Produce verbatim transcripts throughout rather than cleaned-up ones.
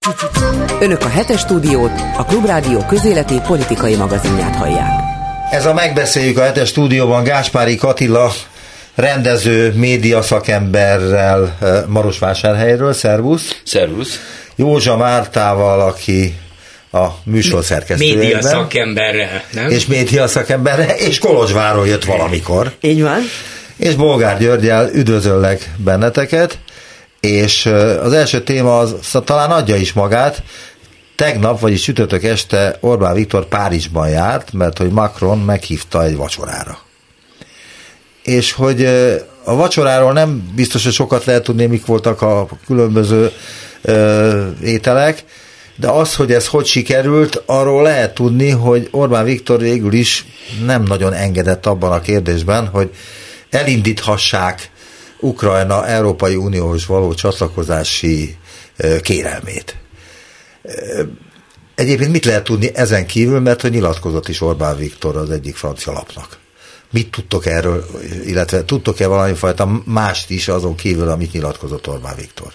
Önök a Hetes Stúdiót, a Klubrádió közéleti politikai magazinját hallják. Ez a Megbeszéljük a Hetes Stúdióban Gáspári Attila rendező, média szakemberrel Marosvásárhelyről. Szervusz! Szervusz! Józsa Mártával, aki a műsor szerkesztőjében. Média szakemberrel, nem? És média szakemberrel, és Kolozsvárról jött valamikor. Így van. És Bolgár Györgyel üdvözöllek benneteket, és az első téma az talán adja is magát. Tegnap, vagyis csütörtök este Orbán Viktor Párizsban járt, mert hogy Macron meghívta egy vacsorára. És hogy a vacsoráról nem biztos, hogy sokat lehet tudni, mik voltak a különböző ö, ételek, de az, hogy ez hogy sikerült, arról lehet tudni, hogy Orbán Viktor végül is nem nagyon engedett abban a kérdésben, hogy elindíthassák Ukrajna Európai Unióhoz való csatlakozási kérelmét. Egyébként mit lehet tudni ezen kívül, mert hogy nyilatkozott is Orbán Viktor az egyik francia lapnak. Mit tudtok erről, illetve tudtok-e valami fajta mást is azon kívül, amit nyilatkozott Orbán Viktor?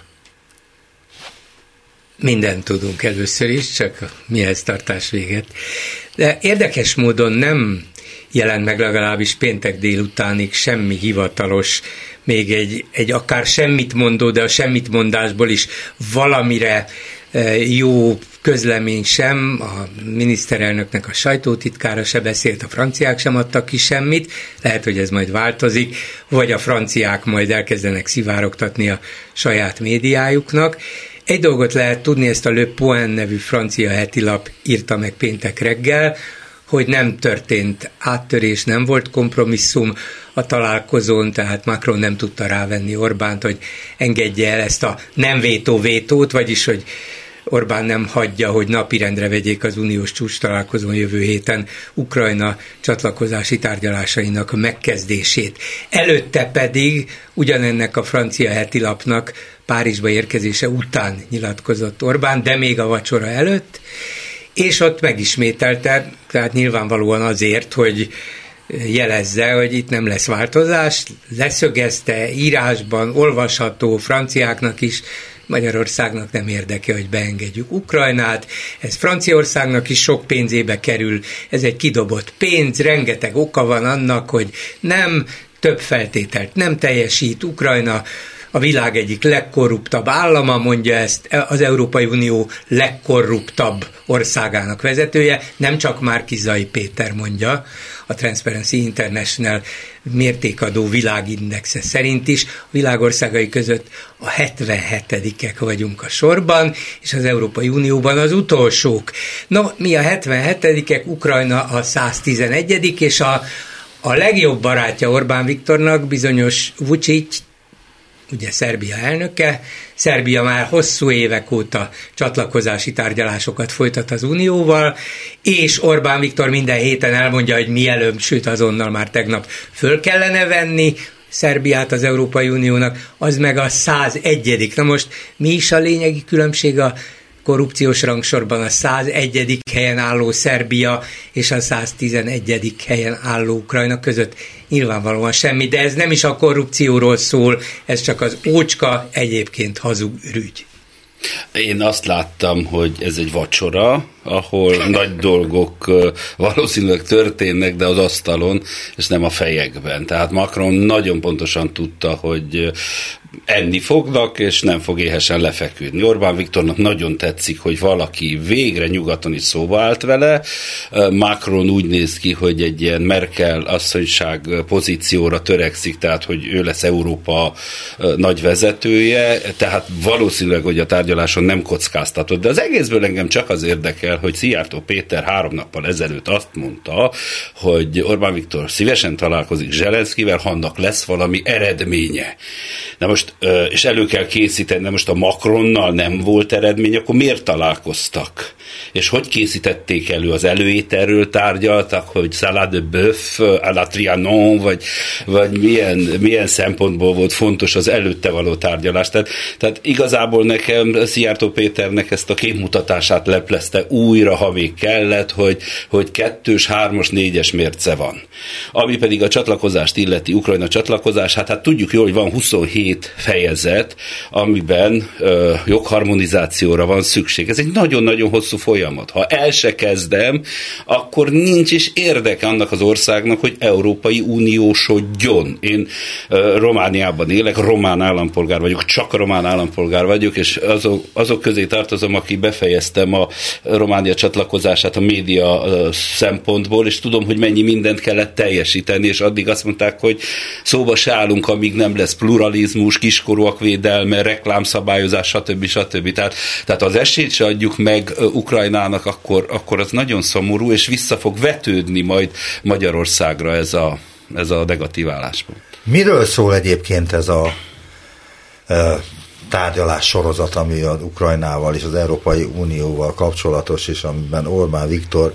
Mindent tudunk először is, csak a mihez tartás véget. De érdekes módon nem jelent meg legalábbis péntek délutánig semmi hivatalos, még egy, egy akár semmit mondó, de a semmit mondásból is valamire jó közlemény sem, a miniszterelnöknek a sajtótitkára se beszélt, a franciák sem adtak ki semmit, lehet, hogy ez majd változik, vagy a franciák majd elkezdenek szivárogtatni a saját médiájuknak. Egy dolgot lehet tudni, ezt a Le Point nevű francia hetilap írta meg péntek reggel, hogy nem történt áttörés, nem volt kompromisszum a találkozón, tehát Macron nem tudta rávenni Orbánt, hogy engedje el ezt a nem vétó vétót, vagyis hogy Orbán nem hagyja, hogy napirendre vegyék az uniós csúcs találkozón jövő héten Ukrajna csatlakozási tárgyalásainak megkezdését. Előtte pedig ugyanennek a francia hetilapnak Párizsba érkezése után nyilatkozott Orbán, de még a vacsora előtt, és ott megismételte, tehát nyilvánvalóan azért, hogy jelezze, hogy itt nem lesz változás, leszögezte írásban, olvasható, franciáknak is, Magyarországnak nem érdeke, hogy beengedjük Ukrajnát, ez Franciaországnak is sok pénzébe kerül, ez egy kidobott pénz, rengeteg oka van annak, hogy nem, több feltételt nem teljesít Ukrajna, a világ egyik legkorruptabb állama, mondja ezt az Európai Unió legkorruptabb országának vezetője, nem csak Márki-Zay Péter mondja, a Transparency International mértékadó világindexe szerint is, a világországai között a hetvenhetedikek vagyunk a sorban, és az Európai Unióban az utolsók. No, mi a hetvenhetedikek, Ukrajna a száztizenegyedik és a, a legjobb barátja Orbán Viktornak bizonyos Vučić, ugye Szerbia elnöke. Szerbia már hosszú évek óta csatlakozási tárgyalásokat folytat az Unióval, és Orbán Viktor minden héten elmondja, hogy mielőbb, sőt azonnal már tegnap föl kellene venni Szerbiát az Európai Uniónak, az meg a százegyedik. Na most mi is a lényegi különbség a korrupciós rangsorban a százegyedik helyen álló Szerbia és a száztizenegyedik helyen álló Ukrajna között? Nyilvánvalóan semmi, de ez nem is a korrupcióról szól, ez csak az ócska, egyébként hazug ürügy. Én azt láttam, hogy ez egy vacsora, ahol nagy dolgok valószínűleg történnek, de az asztalon, és nem a fejekben. Tehát Macron nagyon pontosan tudta, hogy enni fognak, és nem fog éhesen lefeküdni. Orbán Viktornak nagyon tetszik, hogy valaki végre nyugaton is szóba állt vele. Macron úgy néz ki, hogy egy ilyen Merkel asszonyság pozícióra törekszik, tehát hogy ő lesz Európa nagy vezetője, tehát valószínűleg, hogy a tárgyaláson nem kockáztatott. De az egészből engem csak az érdekel, hogy Szijjártó Péter három nappal ezelőtt azt mondta, hogy Orbán Viktor szívesen találkozik Zelenszkivel, ha annak lesz valami eredménye. Na most, és elő kell készíteni, de most a Macronnal nem volt eredmény, akkor miért találkoztak? És hogy készítették elő? Az előételről tárgyaltak, hogy salade de bœuf à la Trianon, vagy, vagy milyen, milyen szempontból volt fontos az előtte való tárgyalás. Tehát, tehát igazából nekem Például Szijjártó Péternek ezt a képmutatását leplezte újra, ha még kellett, hogy, hogy kettős, hármas, négyes mérce van. Ami pedig a csatlakozást illeti, Ukrajna csatlakozás, hát, hát tudjuk jól, hogy van huszonhét fejezet, amiben ö, jogharmonizációra van szükség. Ez egy nagyon-nagyon hosszú folyamat. Ha el se kezdem, akkor nincs is érdeke annak az országnak, hogy Európai Uniósodjon. Én ö, Romániában élek, román állampolgár vagyok, csak román állampolgár vagyok, és azok, azok közé tartozom, aki befejeztem a Románia csatlakozását a média ö, szempontból, és tudom, hogy mennyi mindent kellett teljesíteni, és addig azt mondták, hogy szóba se állunk, amíg nem lesz pluralizmus, kiskorúak védelme, reklámszabályozás, stb. stb. Tehát, tehát az esélyt se adjuk meg Ukrajnának, akkor, akkor az nagyon szomorú, és vissza fog vetődni majd Magyarországra ez a, ez a negatív álláspont. Miről szól egyébként ez a e, tárgyalás sorozat, ami az Ukrajnával és az Európai Unióval kapcsolatos, és amiben Orbán Viktor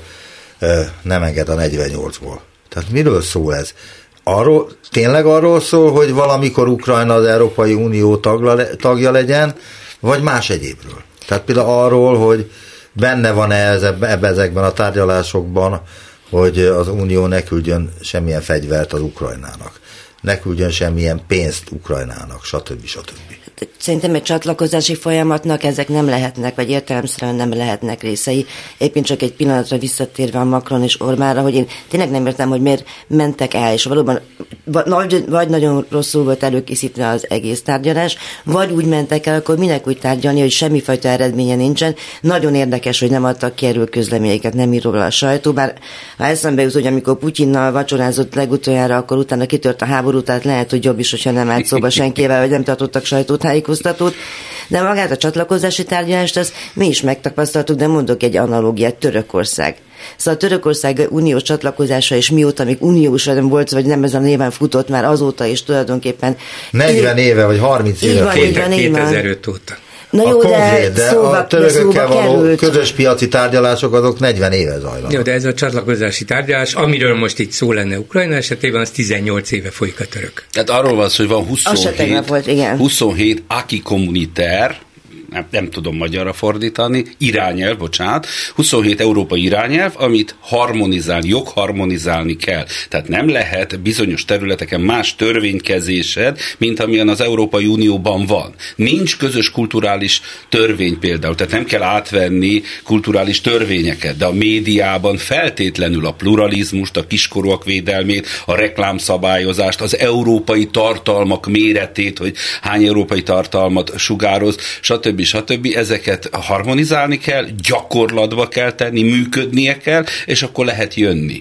e, nem enged a negyvennyolcból? Tehát miről szól ez? Arról, tényleg arról szól, hogy valamikor Ukrajna az Európai Unió tagla, tagja legyen, vagy más egyébről? Tehát például arról, hogy benne van-e ebben, ezekben a tárgyalásokban, hogy az Unió ne küldjön semmilyen fegyvert az Ukrajnának, ne küldjön semmilyen pénzt Ukrajnának, stb. stb. Szerintem egy csatlakozási folyamatnak ezek nem lehetnek, vagy értelemszerűen nem lehetnek részei. Éppen csak egy pillanatra visszatérve a Macron és Orbánra, hogy én tényleg nem értem, hogy miért mentek el, és valóban vagy, vagy nagyon rosszul volt előkészítve az egész tárgyalás, vagy úgy mentek el, akkor minek úgy tárgyalni, hogy semmifajta eredménye nincsen. Nagyon érdekes, hogy nem adtak ki erről közleményeket, nem ír róla a sajtó, bár ha eszembe jut, hogy amikor Putyinnal vacsorázott legutoljára, akkor utána kitört a háború, tehát lehet, hogy jobb is, hogyha nem állt szóba senkivel, vagy nem tartottak sajtótájékoztatót, de magát a csatlakozási tárgyalást azt mi is megtapasztaltuk, de mondok egy analógiát, Törökország. Szóval a Törökország uniós csatlakozása, és mióta még uniós nem volt, vagy nem ezen a néven futott, már azóta is tulajdonképpen negyven éve, vagy harminc éve. kétezer-öt óta. Na jó, a de, konzét, de szóba, a törökökkel való került. közös piaci tárgyalások azok negyven éve zajlanak. Jó, de ez a csatlakozási tárgyalás, amiről most itt szó lenne Ukrajna esetében, az tizennyolc éve folyik a török. Tehát arról van szó, hogy van huszonhét, volt, igen. huszonhét acquis communautaire, nem, nem tudom magyarra fordítani, irányelv, bocsánat, huszonhét európai irányelv, amit harmonizálni, jogharmonizálni kell. Tehát nem lehet bizonyos területeken más törvénykezésed, mint amilyen az Európai Unióban van. Nincs közös kulturális törvény például, tehát nem kell átvenni kulturális törvényeket, de a médiában feltétlenül a pluralizmust, a kiskorúak védelmét, a reklámszabályozást, az európai tartalmak méretét, hogy hány európai tartalmat sugároz, stb. stb. Ezeket harmonizálni kell, gyakorlatba kell tenni, működnie kell, és akkor lehet jönni.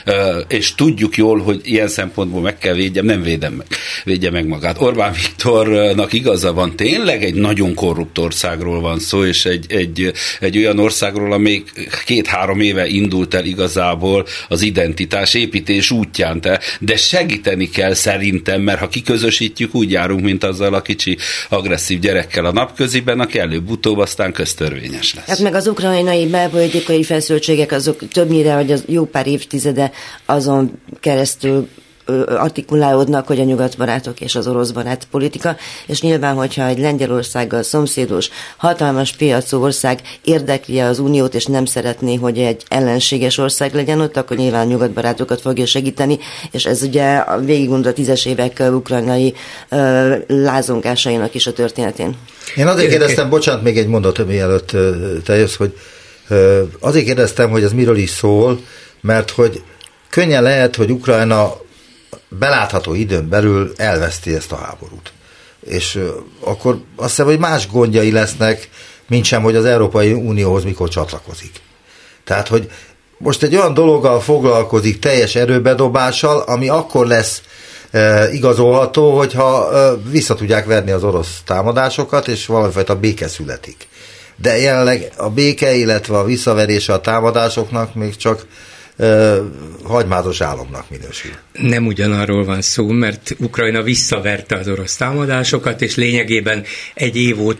És tudjuk jól, hogy ilyen szempontból meg kell védjem, nem védem meg, védje meg magát. Orbán Viktornak igaza van, tényleg egy nagyon korrupt országról van szó, és egy, egy, egy olyan országról, amelyik két-három éve indult el igazából az identitás építés útján, de segíteni kell szerintem, mert ha kiközösítjük, úgy járunk, mint azzal a kicsi agresszív gyerekkel a napköziben, aki előbb-utóbb aztán köztörvényes lesz. Hát meg az ukrajnai belpolitikai feszültségek azok többnyire, hogy az jó pár évtizede azon keresztül artikulálódnak, hogy a nyugatbarátok és az oroszbarát politika, és nyilván, hogyha egy Lengyelországgal szomszédos, hatalmas piacú ország érdekli az uniót, és nem szeretné, hogy egy ellenséges ország legyen ott, akkor nyilván nyugatbarátokat fogja segíteni, és ez ugye végig gondolt a tízes évek ukrajnai uh, lázongásainak is a történetén. Én azért kérdeztem, bocsánat, még egy mondat mielőtt te jössz, hogy uh, azért kérdeztem, hogy ez miről is szól, mert hogy könnyen lehet, hogy Ukrajna belátható időn belül elveszti ezt a háborút. És uh, akkor azt hiszem, hogy más gondjai lesznek, mint sem, hogy az Európai Unióhoz mikor csatlakozik. Tehát, hogy most egy olyan dologgal foglalkozik teljes erőbedobással, ami akkor lesz uh, igazolható, hogyha uh, vissza tudják verni az orosz támadásokat, és valamifajta béke születik. De jelenleg a béke, illetve a visszaverése a támadásoknak még csak Uh, hagymázos álomnak minősül. Nem ugyanarról van szó, mert Ukrajna visszaverte az orosz támadásokat, és lényegében egy év óta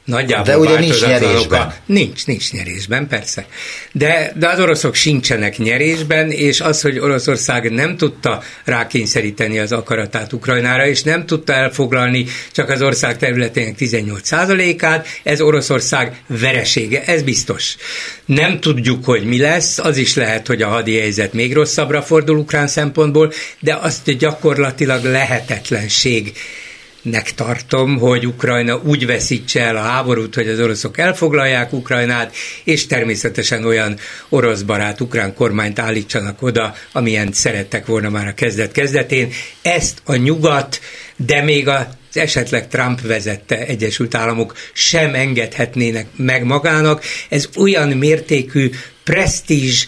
nagyjából de ugye nincs nyerésben. Nincs, nincs nyerésben, persze. De, de az oroszok sincsenek nyerésben, és az, hogy Oroszország nem tudta rákényszeríteni az akaratát Ukrajnára, és nem tudta elfoglalni csak az ország területének tizennyolc százalékát, ez Oroszország veresége, ez biztos. Nem tudjuk, hogy mi lesz, az is lehet, hogy a hadi helyzet még rosszabbra fordul ukrán szempontból, de azt gyakorlatilag lehetetlenség nek tartom, hogy Ukrajna úgy veszítse el a háborút, hogy az oroszok elfoglalják Ukrajnát, és természetesen olyan oroszbarát ukrán kormányt állítsanak oda, amilyen szerettek volna már a kezdet-kezdetén. Ezt a nyugat, de még az esetleg Trump vezette Egyesült Államok sem engedhetnének meg magának. Ez olyan mértékű presztízs,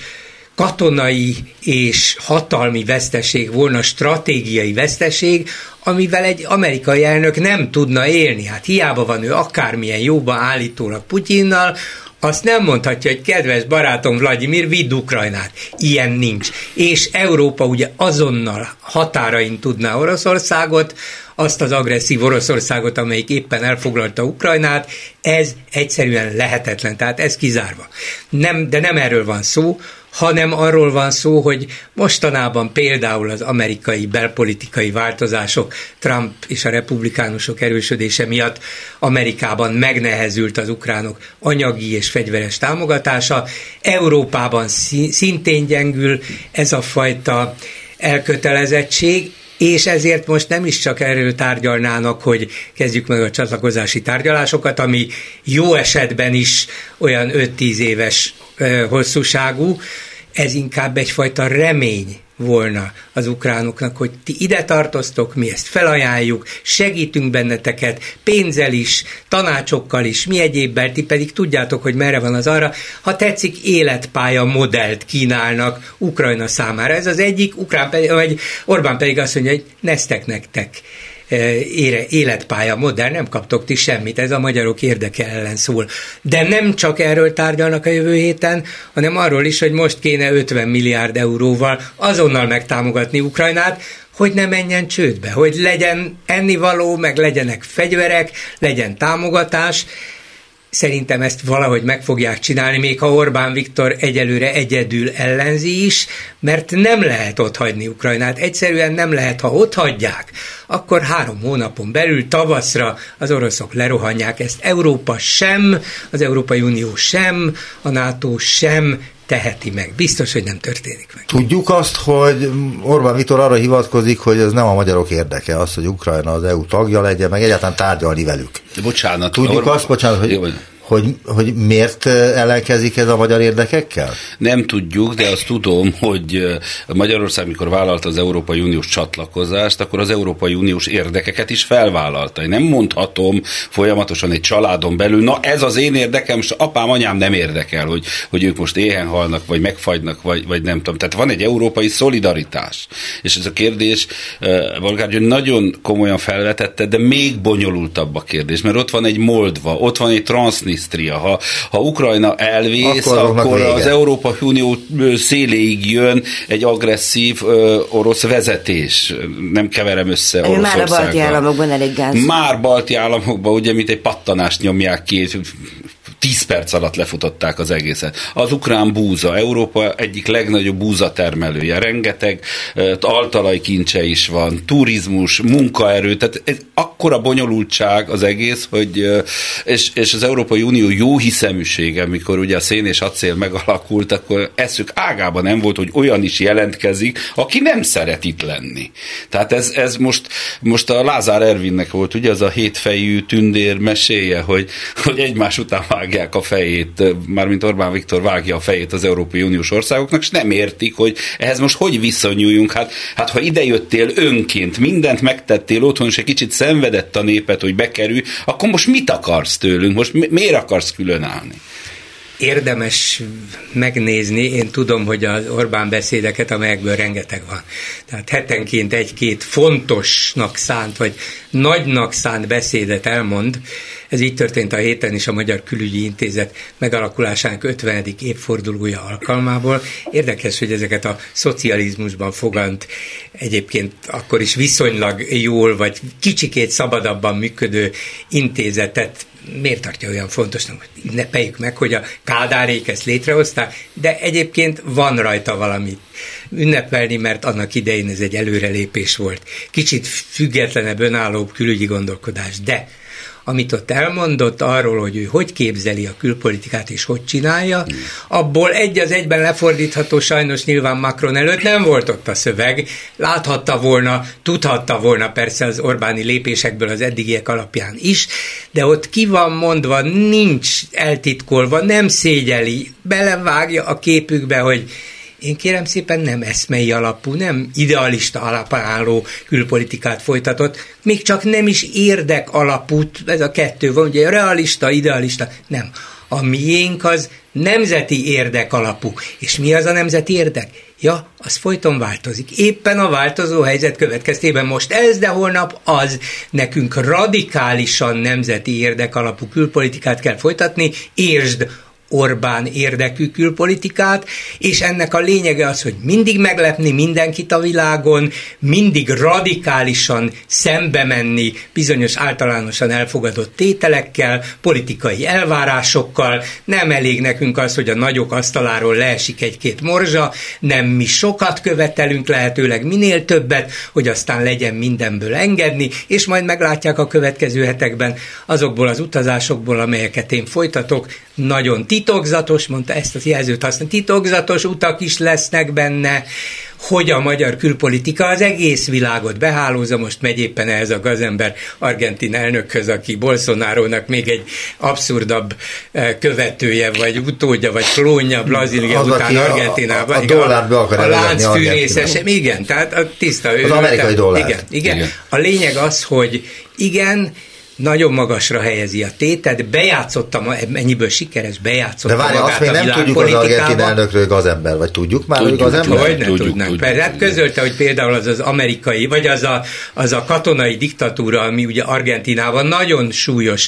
katonai és hatalmi veszteség volna, stratégiai veszteség, amivel egy amerikai elnök nem tudna élni. Hát hiába van ő akármilyen jóban állítólag Putyinnal, azt nem mondhatja, hogy kedves barátom Vladimir, vidd Ukrajnát. Ilyen nincs. És Európa ugye azonnal határain tudná Oroszországot, azt az agresszív Oroszországot, amelyik éppen elfoglalta Ukrajnát, ez egyszerűen lehetetlen, tehát ez kizárva. Nem, de nem erről van szó, hanem arról van szó, hogy mostanában például az amerikai belpolitikai változások, Trump és a republikánusok erősödése miatt Amerikában megnehezült az ukránok anyagi és fegyveres támogatása, Európában szintén gyengül ez a fajta elkötelezettség, és ezért most nem is csak erről tárgyalnának, hogy kezdjük meg a csatlakozási tárgyalásokat, ami jó esetben is olyan öt-tíz éves ö, hosszúságú, ez inkább egyfajta remény volna az ukránoknak, hogy ti ide tartoztok, mi ezt felajánljuk, segítünk benneteket, pénzzel is, tanácsokkal is, mi egyébben, ti pedig tudjátok, hogy merre van az arra, ha tetszik, életpálya modellt kínálnak Ukrajna számára. Ez az egyik, Ukrán pedig, vagy Orbán pedig azt mondja, hogy neztek nektek életpálya modell, nem kaptok ti semmit, ez a magyarok érdeke ellen szól. De nem csak erről tárgyalnak a jövő héten, hanem arról is, hogy most kéne ötven milliárd euróval azonnal megtámogatni Ukrajnát, hogy ne menjen csődbe, hogy legyen ennivaló, meg legyenek fegyverek, legyen támogatás. Szerintem ezt valahogy meg fogják csinálni, még ha Orbán Viktor egyelőre egyedül ellenzi is, mert nem lehet otthagyni Ukrajnát. Egyszerűen nem lehet, ha otthagyják, akkor három hónapon belül tavaszra az oroszok lerohanják ezt. Európa sem, az Európai Unió sem, a NATO sem teheti meg. Biztos, hogy nem történik meg. Tudjuk azt, hogy Orbán Viktor arra hivatkozik, hogy ez nem a magyarok érdeke, az, hogy Ukrajna az é u tagja legyen, meg egyáltalán tárgyalni velük. De bocsánat. Tudjuk Orbán... azt, bocsánat, hogy... Jó, Hogy, hogy miért ellenkezik ez a magyar érdekekkel? Nem tudjuk, de azt tudom, hogy Magyarország, mikor vállalta az Európai Uniós csatlakozást, akkor az Európai Uniós érdekeket is felvállalta. Én nem mondhatom folyamatosan egy családon belül, na ez az én érdekem, és apám, anyám nem érdekel, hogy, hogy ők most éhen halnak, vagy megfagynak, vagy, vagy nem tudom. Tehát van egy európai szolidaritás. És ez a kérdés, Bolgár György nagyon komolyan felvetette, de még bonyolultabb a kérdés, mert ott van egy Moldva, ott van egy Transznistria. Ha, ha Ukrajna elvész, akkor, akkor az Európai Unió széléig jön egy agresszív ö, orosz vezetés. Nem keverem össze Oroszországgal. Már a balti államokban elég gáz. Már balti államokban, ugye, mint egy pattanást nyomják ki, tíz perc alatt lefutották az egészet. Az ukrán búza, Európa egyik legnagyobb búzatermelője, rengeteg altalaj kincse is van, turizmus, munkaerő, tehát ez akkora bonyolultság az egész, hogy és, és az Európai Unió jó hiszeműsége, mikor ugye a szén és acél megalakult, akkor eszük ágában nem volt, hogy olyan is jelentkezik, aki nem szeret itt lenni. Tehát ez, ez most, most a Lázár Ervinnek volt ugye az a hétfejű tündér meséje, hogy, hogy egymás után vágják a fejét, mármint Orbán Viktor vágja a fejét az Európai Uniós országoknak, és nem értik, hogy ehhez most hogy viszonyuljunk. Hát, hát ha idejöttél önként, mindent megtettél otthon, és egy kicsit szenvedett a népet, hogy bekerülj, akkor most mit akarsz tőlünk? Most mi, miért akarsz különállni? Érdemes megnézni, én tudom, hogy az Orbán beszédeket, amelyekből rengeteg van. Tehát hetenként egy-két fontosnak szánt, vagy nagynak szánt beszédet elmond, Ez így történt a héten is a Magyar Külügyi Intézet megalakulásának ötvenedik évfordulója alkalmából. Érdekes, hogy ezeket a szocializmusban fogant, egyébként akkor is viszonylag jól, vagy kicsikét szabadabban működő intézetet miért tartja olyan fontosnak, hogy ünnepeljük meg, hogy a Kádárék ezt létrehozták, de egyébként van rajta valamit ünnepelni, mert annak idején ez egy előrelépés volt. Kicsit függetlenebb, önállóbb külügyi gondolkodás, de amit ott elmondott arról, hogy ő hogy képzeli a külpolitikát és hogy csinálja, abból egy az egyben lefordítható, sajnos nyilván Macron előtt nem volt ott a szöveg, láthatta volna, tudhatta volna persze az Orbáni lépésekből az eddigiek alapján is, de ott ki van mondva, nincs eltitkolva, nem szégyeli, belevágja a képükbe, hogy én kérem szépen nem eszmei alapú, nem idealista alapon álló külpolitikát folytatott, még csak nem is érdek alapú, ez a kettő van, ugye realista, idealista, nem. A miénk az nemzeti érdek alapú. És mi az a nemzeti érdek? Ja, az folyton változik. Éppen a változó helyzet következtében most ez, de holnap az. Nekünk radikálisan nemzeti érdek alapú külpolitikát kell folytatni, értsd, Orbán érdekű külpolitikát, és ennek a lényege az, hogy mindig meglepni mindenkit a világon, mindig radikálisan szembe menni bizonyos általánosan elfogadott tételekkel, politikai elvárásokkal, nem elég nekünk az, hogy a nagyok asztaláról leesik egy-két morzsa, nem mi sokat követelünk, lehetőleg minél többet, hogy aztán legyen mindenből engedni, és majd meglátják a következő hetekben azokból az utazásokból, amelyeket én folytatok, nagyon titokzatos, mondta ezt a jelzőt használni, titokzatos utak is lesznek benne, hogy a magyar külpolitika az egész világot behálózza, most megy éppen ehhez a gazember argentin elnökhöz, aki Bolsonarónak még egy abszurdabb követője, vagy utódja, vagy klónja Brazília az, után Argentinában. A, a, a dollárt be akar a láncfűrészes, igen, tehát a tiszta. Az amerikai dollár. Igen, igen. igen. A lényeg az, hogy igen, nagyon magasra helyezi a tétet, bejátszottam, ennyiből sikeres, bejátszottam magát a világpolitikába. De várj, azt még nem tudjuk az argentin elnökről gazember, vagy tudjuk már, hogy gazember? Hogy ne tudnánk. Persze, hát közölte, hogy például az az amerikai, vagy az a, az a katonai diktatúra, ami ugye Argentinában nagyon súlyos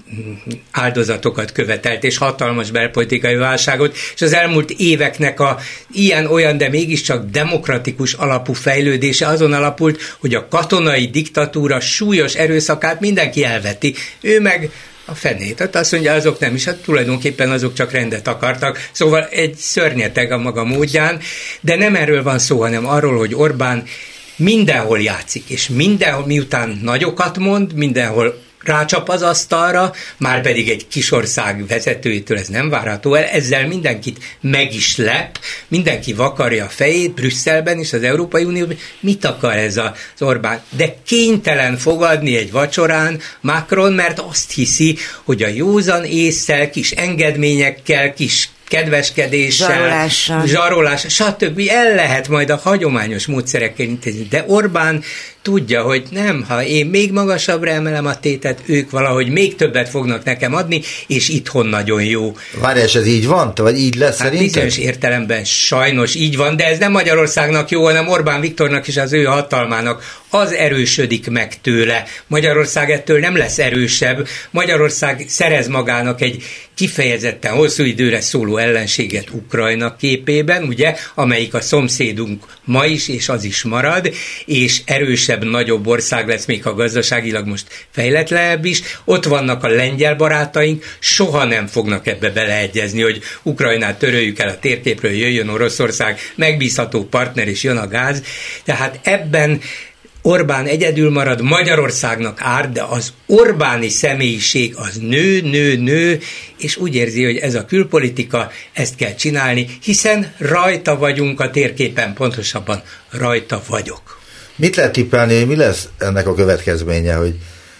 áldozatokat követelt, és hatalmas belpolitikai válságot, és az elmúlt éveknek a ilyen-olyan, de mégiscsak demokratikus alapú fejlődése azon alapult, hogy a katonai diktatúra súlyos erőszakát mindenki elveti. Ő meg a fenét. Hát azt mondja, azok nem is, hát tulajdonképpen azok csak rendet akartak. Szóval egy szörnyeteg a maga módján, de nem erről van szó, hanem arról, hogy Orbán mindenhol játszik, és mindenhol, miután nagyokat mond, mindenhol rácsap az asztalra, már pedig egy kisország vezetőjétől ez nem várható el, ezzel mindenkit meg is lep, mindenki vakarja a fejét Brüsszelben és az Európai Unióban, mit akar ez az Orbán? De kénytelen fogadni egy vacsorán Macron, mert azt hiszi, hogy a józan ésszel, kis engedményekkel, kis kedveskedéssel, zsarolással, zsarolás, stb. El lehet majd a hagyományos módszerekkel intézni, de Orbán tudja, hogy nem, ha én még magasabbra emelem a tétet, ők valahogy még többet fognak nekem adni, és itthon nagyon jó. Várj, és ez így van? Vagy így lesz hát szerinted? Bizonyos értelemben sajnos így van, de ez nem Magyarországnak jó, hanem Orbán Viktornak és az ő hatalmának az erősödik meg tőle. Magyarország ettől nem lesz erősebb. Magyarország szerez magának egy kifejezetten hosszú időre szóló ellenséget Ukrajna képében, ugye, amelyik a szomszédunk ma is, és az is marad, és erősebb, nagyobb ország lesz, még ha gazdaságilag most fejletlenebb is. Ott vannak a lengyel barátaink, soha nem fognak ebbe beleegyezni, hogy Ukrajnát töröljük el a térképről, jöjjön Oroszország, megbízható partner, és jön a gáz. Tehát ebben Orbán egyedül marad, Magyarországnak árt, de az Orbáni személyiség az nő, nő, nő, és úgy érzi, hogy ez a külpolitika, ezt kell csinálni, hiszen rajta vagyunk a térképen, pontosabban rajta vagyok. Mit lehet tippelni, hogy mi lesz ennek a következménye, hogy,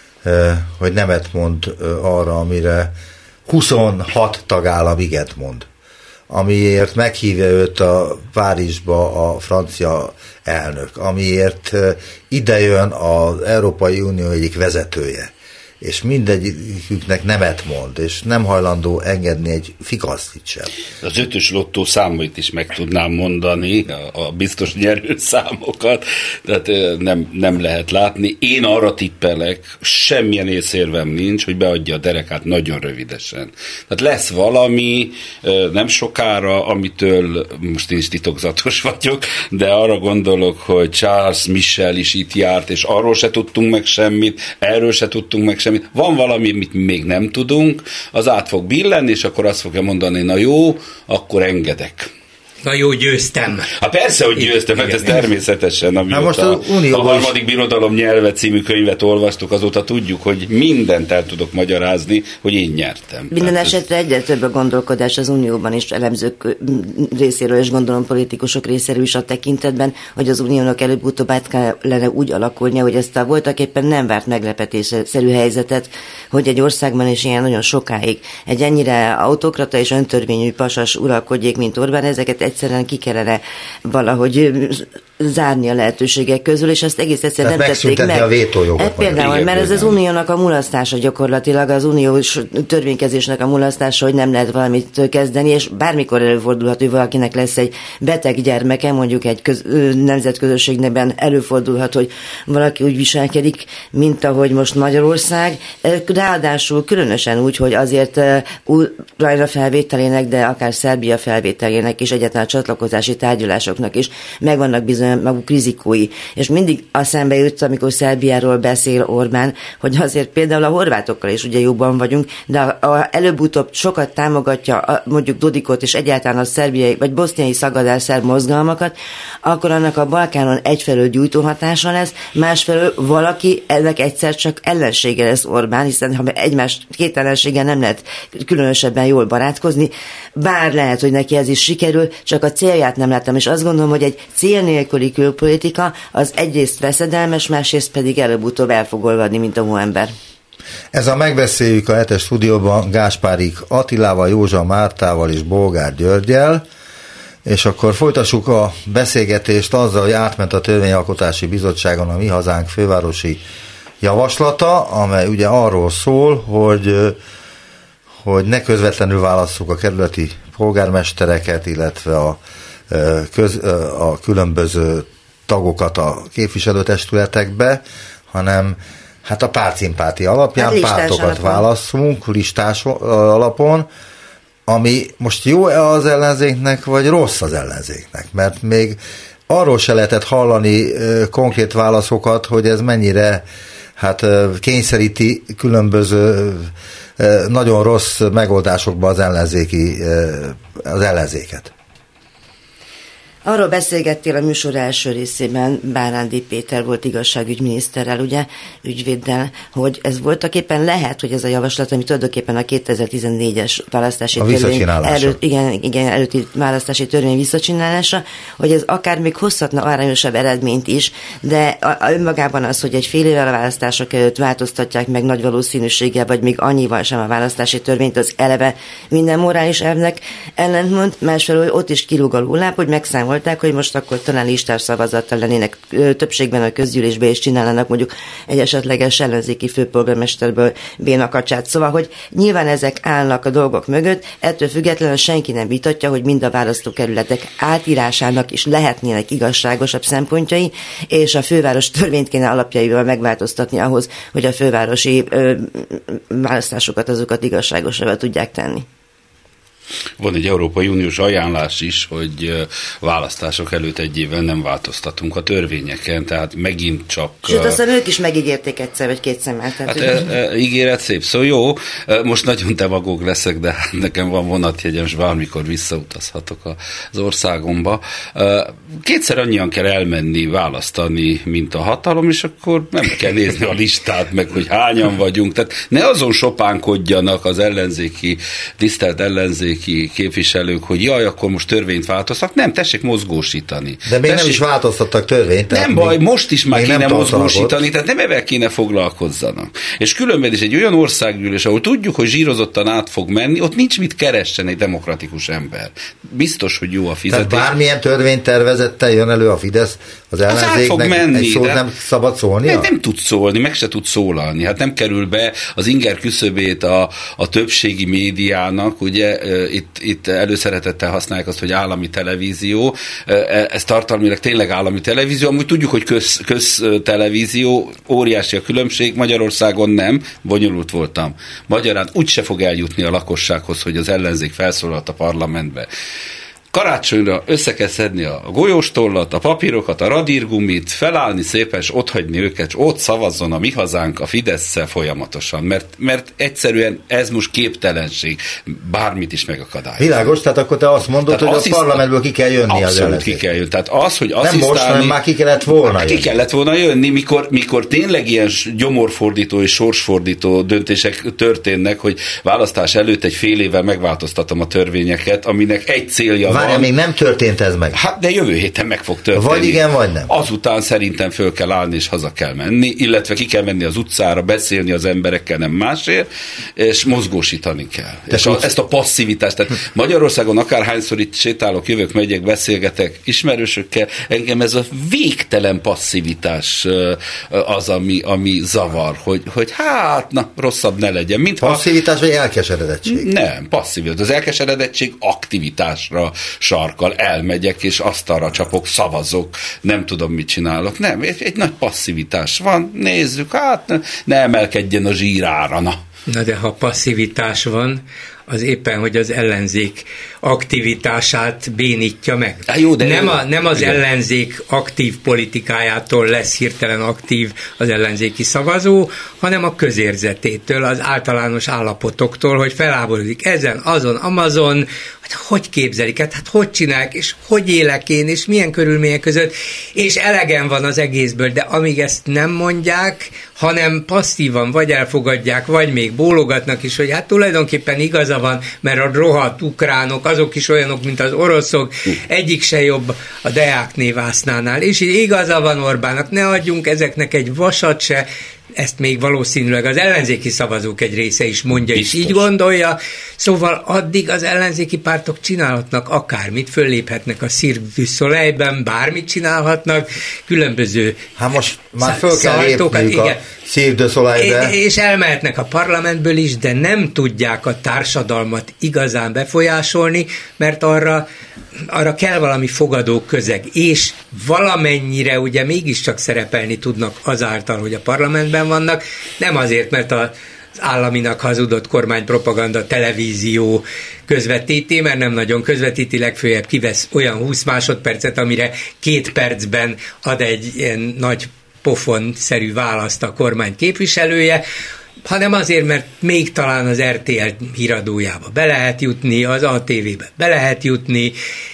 hogy nemet mond arra, amire huszonhat tagállam iget mond, amiért meghívja őt a Párizsba a francia elnök, amiért idejön az Európai Unió egyik vezetője, és mindegyiküknek nemet mond, és nem hajlandó engedni egy fikasztit sem. Az ötös lottó számait is meg tudnám mondani, a, a biztos nyerő számokat, tehát nem, nem lehet látni. Én arra tippelek, semmilyen észérvem nincs, hogy beadja a derekát nagyon rövidesen. Tehát lesz valami nem sokára, amitől most én is titokzatos vagyok, de arra gondolok, hogy Charles Michel is itt járt, és arról se tudtunk meg semmit, erről se tudtunk meg semmit. Van valami, amit még nem tudunk, az át fog billenni, és akkor azt fogja mondani, na jó, akkor engedek. Na jó, győztem. Hát persze, hogy győztem, mert ez természetesen, amióta most a, a harmadik birodalom nyelve című könyvet olvastuk, azóta tudjuk, hogy mindent el tudok magyarázni, hogy én nyertem. Minden hát esetre egyre több a gondolkodás az Unióban is, elemzők részéről, és gondolom politikusok részéről is a tekintetben, hogy az Uniónak előbb-utóbb át kellene úgy alakulnia, hogy ezt a voltak éppen nem várt meglepetésszerű helyzetet, hogy egy országban is ilyen nagyon sokáig egy ennyire autokrata és öntörvényű pasas uralkodjék, mint Orbán, ezeket egyszerűen ki kellene valahogy zárni a lehetőségek közül, és ezt egész egyszerűen nem tették meg. A vétójogot. Például, mert ez az uniónak a mulasztása gyakorlatilag, az uniós törvénykezésnek a mulasztása, hogy nem lehet valamit kezdeni, és bármikor előfordulhat, hogy valakinek lesz egy beteg gyermeke, mondjuk egy köz, nemzetközösségben előfordulhat, hogy valaki úgy viselkedik, mint ahogy most Magyarország. Ráadásul különösen úgy, hogy azért Ukrajna felvételének, de akár Szerbia felvételének is, egyáltalán a csatlakozási tárgyalásoknak is megvannak bizony maguk rizikói. És mindig eszembe jut, amikor Szerbiáról beszél Orbán, hogy azért például a horvátokkal is ugye jobban vagyunk, de a, a előbb-utóbb sokat támogatja a, mondjuk Dodikot és egyáltalán a szerbiai vagy boszniai szagadás szerb mozgalmakat, akkor annak a Balkánon egyfelől gyújtó hatása lesz, másfelől valaki ennek egyszer csak ellensége lesz Orbán, hiszen ha egymás két ellenséggel nem lehet különösebben jól barátkozni, bár lehet, hogy neki ez is sikerül, csak a célját nem láttam, és azt gondolom, hogy egy cél nélküli külpolitika az egyrészt veszedelmes, másrészt pedig előbb-utóbb el fog olvadni, mint a hóember. Ez a megbeszéljük a hetes stúdióban Gáspárik Attilával, Józsa Mártával és Bolgár Györggyel, és akkor folytassuk a beszélgetést azzal, hogy átment a Törvényalkotási Bizottságon a Mi Hazánk fővárosi javaslata, amely ugye arról szól, hogy, hogy ne közvetlenül válasszuk a kerületi polgármestereket, illetve a, köz, a különböző tagokat a képviselőtestületekbe, hanem hát a pártszimpátia alapján hát pártokat alapon. válaszunk, listás alapon, ami most jó-e az ellenzéknek, vagy rossz az ellenzéknek, mert még arról se lehetett hallani konkrét válaszokat, hogy ez mennyire hát kényszeríti különböző nagyon rossz megoldásokba az ellenzéki, az ellenzéket. Arról beszélgettél a műsor első részében, Bárándi Péter volt igazságügyminiszterrel, ugye, ügyvéddel, hogy ez voltaképpen lehet, hogy ez a javaslat, ami tulajdonképpen a kétezer-tizennégyes választási a törvény előtt, igen, igen, előtti választási törvény visszacsinálása, hogy ez akár még hozhatna arányosabb eredményt is, de a, a önmagában az, hogy egy fél évvel a választások előtt változtatják meg nagy valószínűséggel, vagy még annyival sem a választási törvényt, az eleve minden morális elvnek ellentmond, másfelől ott is kirúg a lóláp, hogy megszámol hogy most akkor talán listás szavazattal lennének többségben a közgyűlésbe, és csinálnának mondjuk egy esetleges ellenzéki főpolgármesterből bénakacsát. Szóval, hogy nyilván ezek állnak a dolgok mögött, ettől függetlenül senki nem vitatja, hogy mind a választókerületek átírásának is lehetnének igazságosabb szempontjai, és a főváros törvényt kéne alapjaival megváltoztatni ahhoz, hogy a fővárosi ö, választásokat azokat igazságosabbá tudják tenni. Van egy Európai Uniós ajánlás is, hogy választások előtt egy évvel nem változtatunk a törvényeken, tehát megint csak... Sőt, aztán ők is megígérték egyszer, vagy két szemmel. Hát e, e, ígéret szép szó, jó. Most nagyon demagóg leszek, de nekem van vonatjegyem, és bármikor visszautazhatok az országomba. Kétszer annyian kell elmenni, választani, mint a hatalom, és akkor nem kell nézni a listát, meg hogy hányan vagyunk. Tehát ne azon sopánkodjanak az ellenzéki, tisztelt ellenzék ellenzéki képviselők, hogy jaj, akkor most törvényt változtak. Nem, tessék mozgósítani. De még tessék, nem is változtattak törvényt. Nem baj, most is már kéne mozgósítani, ott. tehát nem ebben kéne foglalkozzanak. És különben is egy olyan országgyűlés, ahol tudjuk, hogy zsírozottan át fog menni, ott nincs mit keressen egy demokratikus ember. Biztos, hogy jó a fizetés. Tehát bármilyen törvénytervezettel jön elő a Fidesz, az ellenzéknek menni, egy szót nem szabad szólnia? Nem, nem tud szólni, meg se tud szólalni. Hát nem kerül be az inger küszöbét a, a többségi médiának, ugye itt, itt előszeretettel használják azt, hogy állami televízió, ez tartalmilag tényleg állami televízió, amúgy tudjuk, hogy köz, köztelevízió, óriási a különbség, Magyarországon nem, bonyolult voltam. Magyarán úgyse fog eljutni a lakossághoz, hogy az ellenzék felszólalt a parlamentbe. Karácsonyra össze kell szedni a golyóstollat, a papírokat, a radírgumit, felállni szépen, és otthagyni őket, és ott szavazzon a mi hazánk a Fidesz-szel folyamatosan, mert, mert egyszerűen ez most képtelenség, bármit is megakadályoz. Világos, tehát akkor te azt mondod, tehát hogy assziszt... a parlamentből ki kell jönni az Abszolút ki kell jönni. Tehát az, hogy nem most, hanem már ki kellett volna jönni. Ki kellett volna jönni, mikor, mikor tényleg ilyen gyomorfordító és sorsfordító döntések történnek, hogy választás előtt egy fél évvel megváltoztatom a törvényeket, aminek egy célja van. Várja, még nem történt ez meg. Hát, de jövő héten meg fog történni. Vagy igen, vagy nem. Azután szerintem föl kell állni, és haza kell menni, illetve ki kell menni az utcára, beszélni az emberekkel, nem másért, és mozgósítani kell. Te és a, ezt a passzivitást. Tehát Magyarországon akárhányszor itt sétálok, jövök, megyek, beszélgetek ismerősökkel, engem ez a végtelen passzivitás az, ami, ami zavar, hogy, hogy hát, na, rosszabb ne legyen. Mint passzivitás vagy elkeseredettség? Nem, passzivitás. Az elkeseredettség aktivitásra sarkal, elmegyek, és asztalra csapok, szavazok, nem tudom, mit csinálok. Nem, egy, egy nagy passzivitás van, nézzük, hát ne, ne emelkedjen a zsírára, na. Na de ha passzivitás van, az éppen, hogy az ellenzék aktivitását bénítja meg. Há, jó, de nem, jó. A, nem az Igen. ellenzék aktív politikájától lesz hirtelen aktív az ellenzéki szavazó, hanem a közérzetétől, az általános állapotoktól, hogy feláborodik ezen, azon, amazon, hogy hogy képzelik, hát, hát hogy csinálják, és hogy élek én, és milyen körülmények között, és elegem van az egészből, de amíg ezt nem mondják, hanem passzívan vagy elfogadják, vagy még bólogatnak is, hogy hát tulajdonképpen igaza van, mert a rohadt ukránok, azok is olyanok, mint az oroszok, egyik se jobb a Deák névásznánál, és így igaza van Orbánnak, ne adjunk ezeknek egy vasat se, ezt még valószínűleg az ellenzéki szavazók egy része is mondja, Biztos. És így gondolja. Szóval addig az ellenzéki pártok csinálhatnak akármit, fölléphetnek a Cirque du Soleilben, bármit csinálhatnak, különböző hát most már föl kell lépniük a Cirque du Soleilbe. És elmehetnek a parlamentből is, de nem tudják a társadalmat igazán befolyásolni, mert arra arra kell valami fogadó közeg, és valamennyire ugye mégiscsak szerepelni tudnak azáltal, hogy a parlamentben vannak, nem azért, mert a az államinak hazudott kormánypropaganda televízió közvetíti, mert nem nagyon közvetíti, legfőjebb kivesz olyan húsz másodpercet, amire két percben ad egy ilyen nagy pofon-szerű választ a kormány képviselője, hanem azért, mert még talán az er té el híradójába be lehet jutni, az á té vébe be lehet jutni,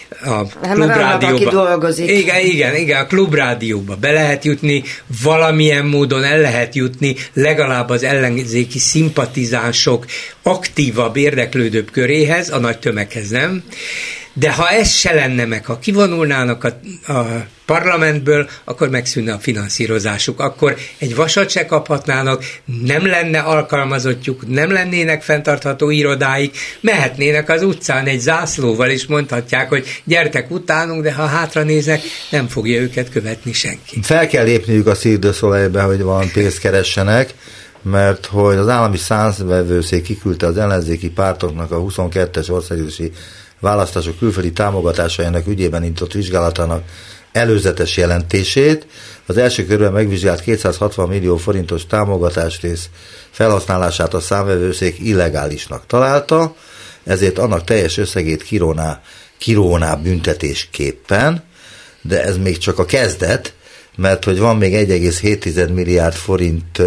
a klubrádióba. Igen, igen, igen, a klubrádióba be lehet jutni, valamilyen módon el lehet jutni, legalább az ellenzéki szimpatizánsok aktívabb, érdeklődőbb köréhez, a nagy tömeghez nem. De ha ez se lenne meg, ha kivonulnának a, a parlamentből, akkor megszűnne a finanszírozásuk. Akkor egy vasat se kaphatnának, nem lenne alkalmazottjuk, nem lennének fenntartható irodáik, mehetnének az utcán egy zászlóval, és mondhatják, hogy gyertek utánunk, de ha hátra néznek, nem fogja őket követni senki. Fel kell lépniük a Cirque du Soleilbe, hogy van pénzt keressenek, mert hogy az állami számvevőszék kiküldte az ellenzéki pártoknak a huszonkettes országgyűlési választások külföldi támogatásainak ügyében indított vizsgálatának előzetes jelentését. Az első körben megvizsgált kétszázhatvan millió forintos támogatásrész felhasználását a számvevőszék illegálisnak találta, ezért annak teljes összegét kiróná, kiróná büntetésképpen, de ez még csak a kezdet, mert hogy van még egy egész hét milliárd forint,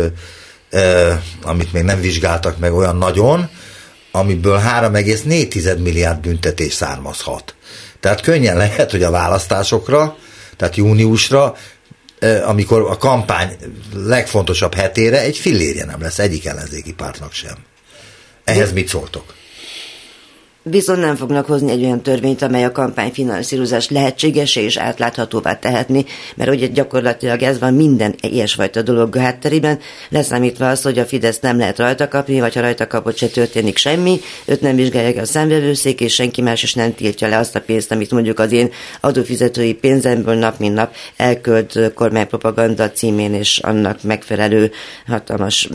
eh, amit még nem vizsgáltak meg olyan nagyon, amiből három egész négy milliárd büntetés származhat. Tehát könnyen lehet, hogy a választásokra, tehát júniusra, amikor a kampány legfontosabb hetére egy fillérje nem lesz egyik ellenzéki pártnak sem. Ehhez mit szóltok? Viszont nem fognak hozni egy olyan törvényt, amely a kampányfinanszírozást lehetséges és átláthatóvá tehetni, mert ugye gyakorlatilag ez van minden ilyesfajta dolog hátterében, leszámítva azt, hogy a Fidesz nem lehet rajta kapni, vagy ha rajta kapott, se történik semmi, őt nem vizsgálják a számvevőszék, és senki más is nem tiltja le azt a pénzt, amit mondjuk az én adófizetői pénzemből nap mint nap elkölt kormánypropaganda címén és annak megfelelő hatalmas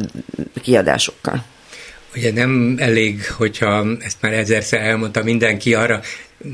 kiadásokkal. Ugye nem elég, hogyha ezt már ezerszer elmondta mindenki, arra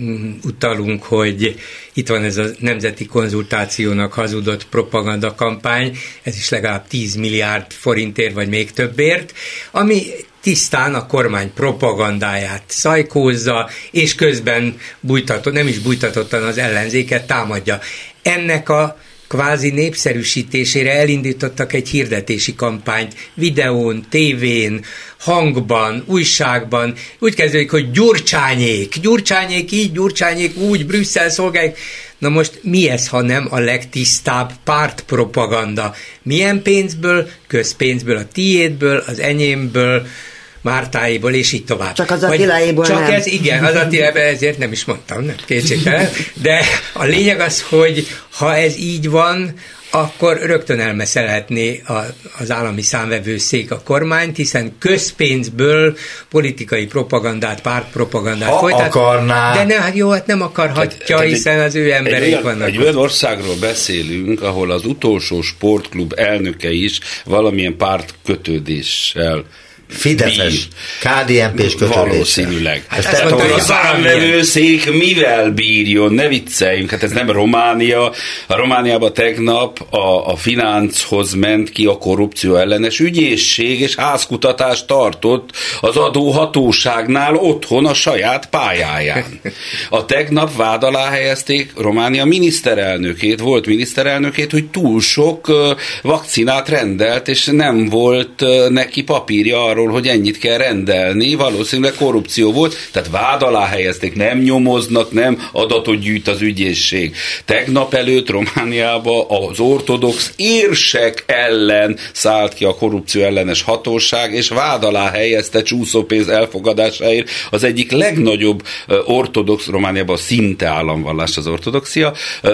utalunk, hogy itt van ez a nemzeti konzultációnak hazudott propaganda kampány, ez is legalább tíz milliárd forintért, vagy még többért, ami tisztán a kormány propagandáját szajkózza, és közben bújtatott, nem is bújtatottan az ellenzéket támadja. Ennek a kvázi népszerűsítésére elindítottak egy hirdetési kampányt videón, tévén, hangban, újságban. Úgy kezdődik, hogy Gyurcsányék, Gyurcsányék így, Gyurcsányék úgy, Brüsszel szolgálják. Na most mi ez, ha nem a legtisztább pártpropaganda? Milyen pénzből? Közpénzből, a tiédből, az enyémből, Mártáiból, és így tovább. Csak az Attiláiból Csak nem. ez, igen, az Attiláiból, ezért nem is mondtam, nem kétségtelen. De a lényeg az, hogy ha ez így van, akkor rögtön elmeszelhetné a, az állami számvevőszék a kormányt, hiszen közpénzből politikai propagandát, pártpropagandát ha folytat. akarná. De nem, hát jó, hát nem akarhatja, tehát hiszen az ő embereik egy vannak. Egy olyan országról beszélünk, ahol az utolsó sportklub elnöke is valamilyen pártkötődéssel Fideszes, ká dé en pés kötődéssel. Valószínűleg. Hát Tehát mondta, akkor a hogy számvevőszék mivel bírjon? Ne vicceljünk, hát ez nem Románia. A Romániában tegnap a, a Finánchoz ment ki a korrupció ellenes ügyészség, és házkutatást tartott az adóhatóságnál otthon a saját pályáján. A tegnap vád alá helyezték Románia miniszterelnökét, volt miniszterelnökét, hogy túl sok vakcinát rendelt, és nem volt neki papírja arról, hogy ennyit kell rendelni, valószínűleg korrupció volt, tehát vád alá helyezték, nem nyomoznak, nem adatot gyűjt az ügyészség. Tegnap előtt Romániába az ortodox érsek ellen szállt ki a korrupció ellenes hatóság, és vád alá helyezte csúszópénz elfogadásáért az egyik legnagyobb ortodox, Romániában szinte államvallás az ortodoxia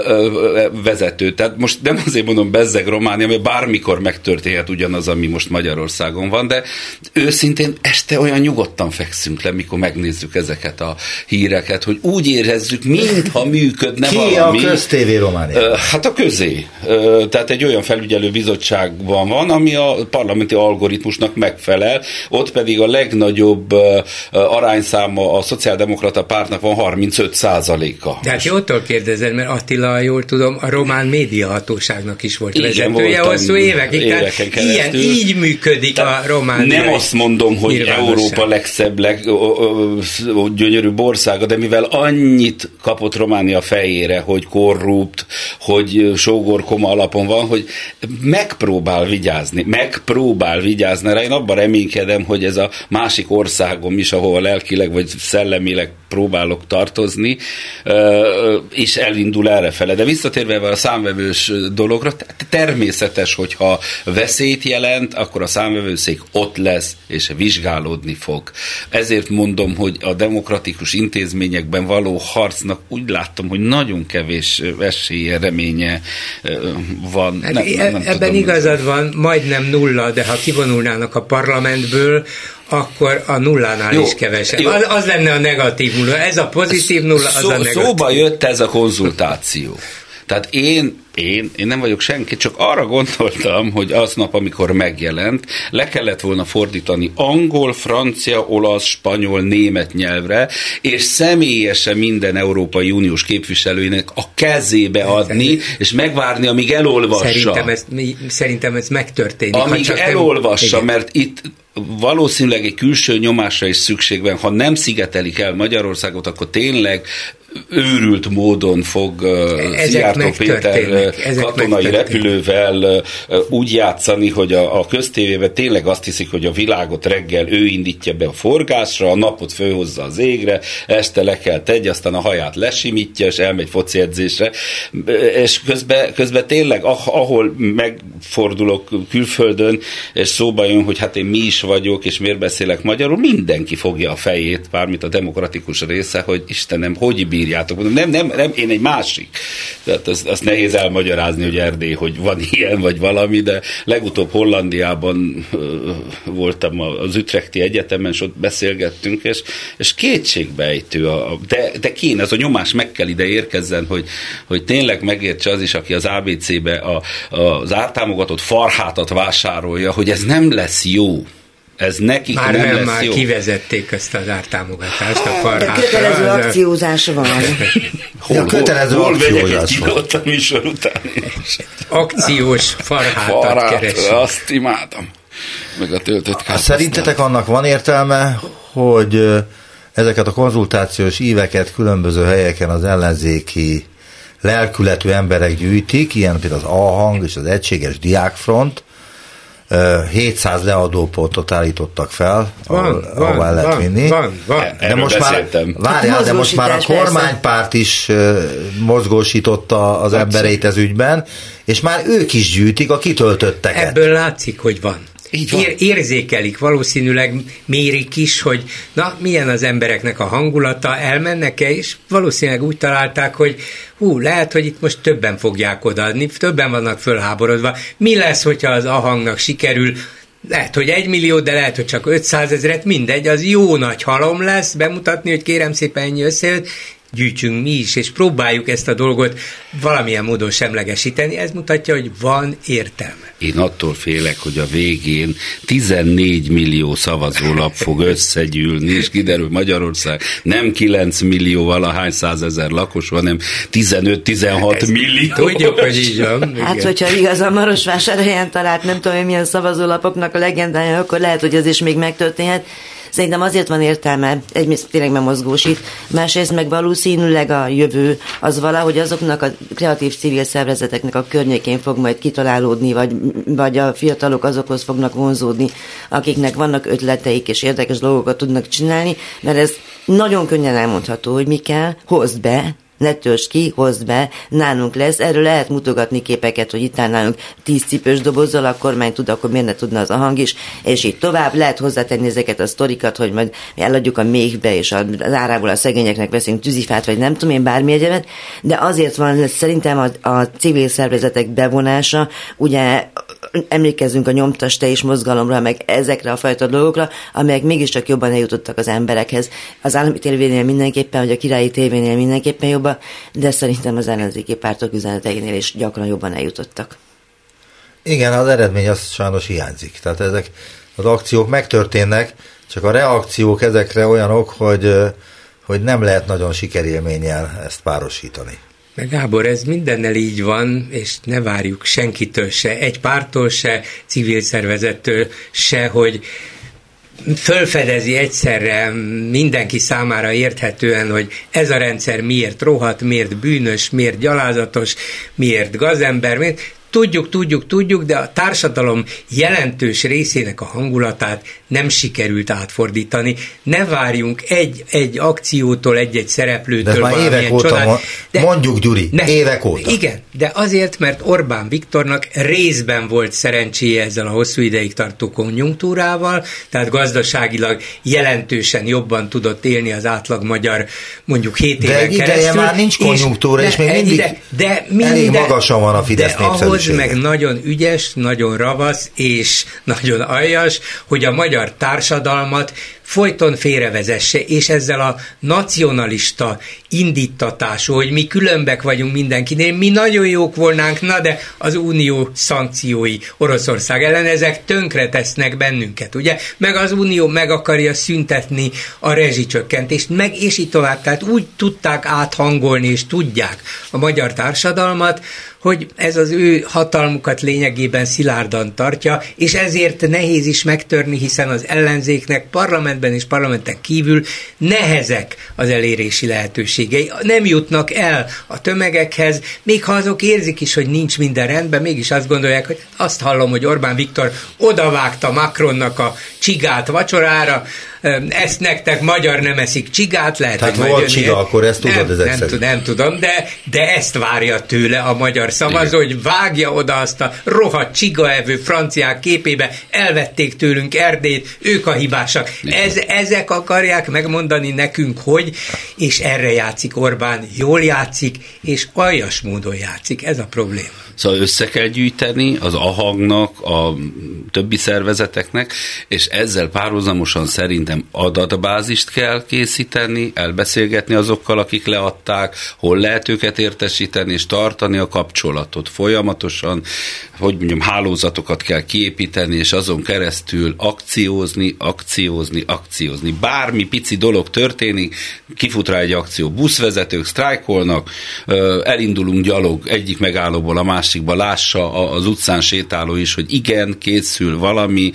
vezető. Tehát most nem azért mondom bezzeg Románia, mert bármikor megtörténhet ugyanaz, ami most Magyarországon van, de őszintén este olyan nyugodtan fekszünk le, mikor megnézzük ezeket a híreket, hogy úgy érezzük, mintha működne Ki valami. Ki a köztévé Románia? Hát a közé. Tehát egy olyan felügyelő bizottságban van, ami a parlamenti algoritmusnak megfelel, ott pedig a legnagyobb arányszáma a szociáldemokrata pártnak van harmincöt százaléka. De hát jótól kérdezed, mert Attila, jól tudom, a román médiahatóságnak is volt vezetője hosszú évekig. éveken keresztül. Ilyen, így működik tehát a román. Nem azt mondom, hogy Európa legszebb, leggyönyörűbb országa, de mivel annyit kapott Románia fejére, hogy korrupt, hogy sógorkoma alapon van, hogy megpróbál vigyázni, megpróbál vigyázni rá. Én abban reménykedem, hogy ez a másik országom is, ahova lelkileg vagy szellemileg próbálok tartozni, és elindul errefele. De visszatérve a számvevős dologra, természetes, hogyha veszélyt jelent, akkor a számvevőszék ott lesz, és vizsgálódni fog. Ezért mondom, hogy a demokratikus intézményekben való harcnak úgy láttam, hogy nagyon kevés esélye, reménye van. Hát nem, nem, nem ebben tudom, igazad van, majdnem nulla, de ha kivonulnának a parlamentből, akkor a nullánál jó, is kevesebb. Az, az lenne a negatív nulla. Ez a pozitív nulla, az Szó, a negatív. Szóba jött ez a konzultáció. Tehát én Én, én nem vagyok senki, csak arra gondoltam, hogy aznap, amikor megjelent, le kellett volna fordítani angol, francia, olasz, spanyol, német nyelvre, és személyesen minden Európai Uniós képviselőinek a kezébe adni, és megvárni, amíg elolvassa. Szerintem ez, szerintem ez megtörténik. Amíg csak elolvassa, nem, mert itt valószínűleg egy külső nyomásra is szükség van. Ha nem szigetelik el Magyarországot, akkor tényleg őrült módon fog Szijjártó Péter katonai repülővel úgy játszani, hogy a, a köztévében tényleg azt hiszik, hogy a világot reggel ő indítja be a forgásra, a napot fölhozza az égre, este le kell tegye, aztán a haját lesimítja, és elmegy foci edzésre, és közben, közben tényleg, ahol megfordulok külföldön, és szóba jön, hogy hát én mi is vagyok, és miért beszélek magyarul, mindenki fogja a fejét, bármint a demokratikus része, hogy Istenem, hogy bírjátok? Nem, nem, nem, én egy másik. Tehát azt, azt nehéz elmagyarázni, hogy Erdély, hogy van ilyen, vagy valami, de legutóbb Hollandiában uh, voltam az Utrechti Egyetemen, és ott beszélgettünk, és, és kétségbejtő, a, de, de kéne, az a nyomás meg kell ide érkezzen, hogy, hogy tényleg megértse az is, aki az á bé cé-be a, az ártámogatott farhátat vásárolja, hogy ez nem lesz jó. Ez nekik már nem, nem lesz már jó. kivezették ezt az ártámogatást a farhátra. Kötelező akciózás van. Hol, ja, kötelező hol, hol vegyek egy akciózás kilót a műsor után? Akciós farhátat Farhát, keresünk. azt imádom. Meg a töltött káposztát. Szerintetek annak van értelme, hogy ezeket a konzultációs íveket különböző helyeken az ellenzéki lelkületű emberek gyűjtik, ilyen például az A-hang és az Egységes Diákfront, hétszáz leadópontot állítottak fel, van, ahol, van, ahol el lehet van, vinni. Van, van. De most már, várjál, de most már a kormánypárt is mozgósította az embereit ez ügyben, és már ők is gyűjtik a kitöltötteket. Ebből látszik, hogy van. Ér, érzékelik, valószínűleg mérik is, hogy na, milyen az embereknek a hangulata, elmennek-e, és valószínűleg úgy találták, hogy hú, lehet, hogy itt most többen fogják odaadni, többen vannak fölháborodva. Mi lesz, hogyha az A-hangnak sikerül? Lehet, hogy egy millió, de lehet, hogy csak ötszázezret, mindegy, az jó nagy halom lesz, bemutatni, hogy kérem szépen ennyi összejött, gyűjtsünk mi is, és próbáljuk ezt a dolgot valamilyen módon semlegesíteni. Ez mutatja, hogy van értelme. Én attól félek, hogy a végén tizennégy millió szavazólap fog összegyűlni, és kiderül, Magyarország nem kilenc millió valahány százezer lakos, hanem tizenöt-tizenhat millió. Tudjuk, hogy így van. Hát, igen. Hogyha igaz a Marosvásárhelyen talált nem tudom, hogy milyen szavazólapoknak a legendája, akkor lehet, hogy ez is még megtörténhet. Szerintem azért van értelme, egyrészt tényleg megmozgósít, másrészt meg valószínűleg a jövő az valahogy azoknak a kreatív civil szervezeteknek a környékén fog majd kitalálódni, vagy, vagy a fiatalok azokhoz fognak vonzódni, akiknek vannak ötleteik és érdekes dolgokat tudnak csinálni, mert ez nagyon könnyen elmondható, hogy mi kell, hozd be, ne törzs ki, hozd be, nálunk lesz, erről lehet mutogatni képeket, hogy itt áll nálunk tíz cipős dobozzal, a kormány tud, akkor miért ne tudna az a hang is, és így tovább, lehet hozzátenni ezeket a sztorikat, hogy majd eladjuk a méhbe, és az árából a szegényeknek veszünk tűzifát, vagy nem tudom én bármi egyebet, de azért van szerintem a, a civil szervezetek bevonása, ugye emlékezzünk a nyomtaste és mozgalomra, meg ezekre a fajta dolgokra, amelyek mégiscsak jobban eljutottak az emberekhez. Az állami tévénél mindenképpen, vagy a királyi tévénél mindenképpen jobban, de szerintem az ellenzéki pártok üzeneteinél is gyakran jobban eljutottak. Igen, az eredmény az sajnos hiányzik. Tehát ezek az akciók megtörténnek, csak a reakciók ezekre olyanok, hogy, hogy nem lehet nagyon sikerélménnyel ezt párosítani. Meg Gábor, ez mindennel így van, és ne várjuk senkitől se, egy pártól se, civil szervezettől se, hogy fölfedezi egyszerre mindenki számára érthetően, hogy ez a rendszer miért rohadt, miért bűnös, miért gyalázatos, miért gazember, miért... Tudjuk, tudjuk, tudjuk, de a társadalom jelentős részének a hangulatát nem sikerült átfordítani. Ne várjunk egy, egy akciótól, egy-egy szereplőtől. De már évek óta, csodát, de mondjuk Gyuri, ne, évek óta. Igen, de azért, mert Orbán Viktornak részben volt szerencséje ezzel a hosszú ideig tartó konjunktúrával, tehát gazdaságilag jelentősen jobban tudott élni az átlag magyar mondjuk hét éven keresztül. De egy ideje már nincs konjunktúra, és, és még mindig de, de minden, elég magasan van a Fidesz népszerűsége. Meg nagyon ügyes, nagyon ravasz és nagyon aljas, hogy a magyar társadalmat folyton félrevezesse, és ezzel a nacionalista indítatású, hogy mi különbek vagyunk mindenkinél, mi nagyon jók volnánk, na de az unió szankciói Oroszország ellen, ezek tönkre tesznek bennünket, ugye? Meg az unió meg akarja szüntetni a rezsicsökkentést, meg és így tovább. Tehát úgy tudták áthangolni, és tudják a magyar társadalmat, hogy ez az ő hatalmukat lényegében szilárdan tartja, és ezért nehéz is megtörni, hiszen az ellenzéknek parlamentben parlamentben és parlamenten kívül nehezek az elérési lehetőségei. Nem jutnak el a tömegekhez, még ha azok érzik is, hogy nincs minden rendben, mégis azt gondolják, hogy azt hallom, hogy Orbán Viktor odavágta Macronnak a csigát vacsorára, ezt nektek magyar nem eszik csigát, lehet, tehát hogy volt csiga, akkor ezt tudod nem, ezek nem, nem, nem tudom, de, de ezt várja tőle a magyar szavazó, hogy vágja oda azt a rohadt csigaevő franciák képébe, elvették tőlünk Erdélyt, ők a hibásak. Ez, ezek akarják megmondani nekünk, hogy, és erre játszik Orbán, jól játszik, és aljas módon játszik, ez a probléma. Szóval össze kell gyűjteni az á há gé-nak, a többi szervezeteknek, és ezzel párhuzamosan szerintem adatbázist kell készíteni, elbeszélgetni azokkal, akik leadták, hol lehet őket értesíteni, és tartani a kapcsolatot folyamatosan, hogy mondjam, hálózatokat kell kiépíteni, és azon keresztül akciózni, akciózni, akciózni. Bármi pici dolog történik, kifut rá egy akció, buszvezetők sztrájkolnak, elindulunk gyalog egyik megállóból a másikba, lássa az utcán sétáló is, hogy igen, készül valami,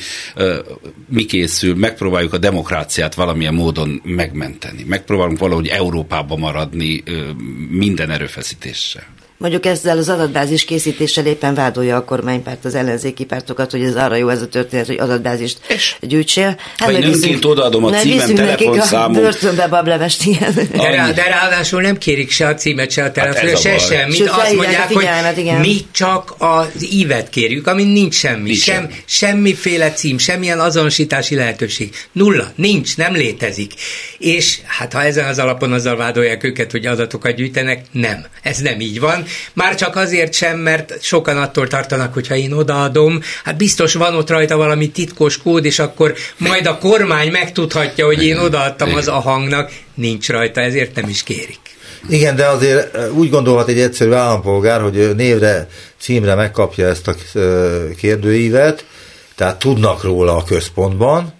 mi készül, megpróbáljuk a demokráciát valamilyen módon megmenteni. Megpróbálunk valahogy Európába maradni minden erőfeszítéssel. Mondjuk ezzel az adatbázis készítéssel éppen vádolja a kormánypárt az ellenzéki pártokat, hogy ez arra jó ez a történet, hogy adatbázist gyűjtsél. Hát ha én önként odaadom a címem, telefonszámom. Börtönbe bablevest, ilyen. De, rá, de ráadásul nem kérik se a címet, se a telefon, hát se semmit. Sőt, azt mondják, hogy igen. mi csak az ívet kérjük, ami nincs semmi. Nincs Sem, semmi. Semmiféle cím, semmilyen azonosítási lehetőség. Nulla, nincs, nem létezik. És hát ha ezen az alapon azzal vádolják őket, hogy adatokat gyűjtenek, nem. Ez nem így van. Már csak azért sem, mert sokan attól tartanak, hogyha én odaadom, hát biztos van ott rajta valami titkos kód, és akkor majd a kormány megtudhatja, hogy én odaadtam az á há gé-nak, nincs rajta, ezért nem is kérik. Igen, de azért úgy gondolhat egy egyszerű állampolgár, hogy névre, címre megkapja ezt a kérdőívet, tehát tudnak róla a központban,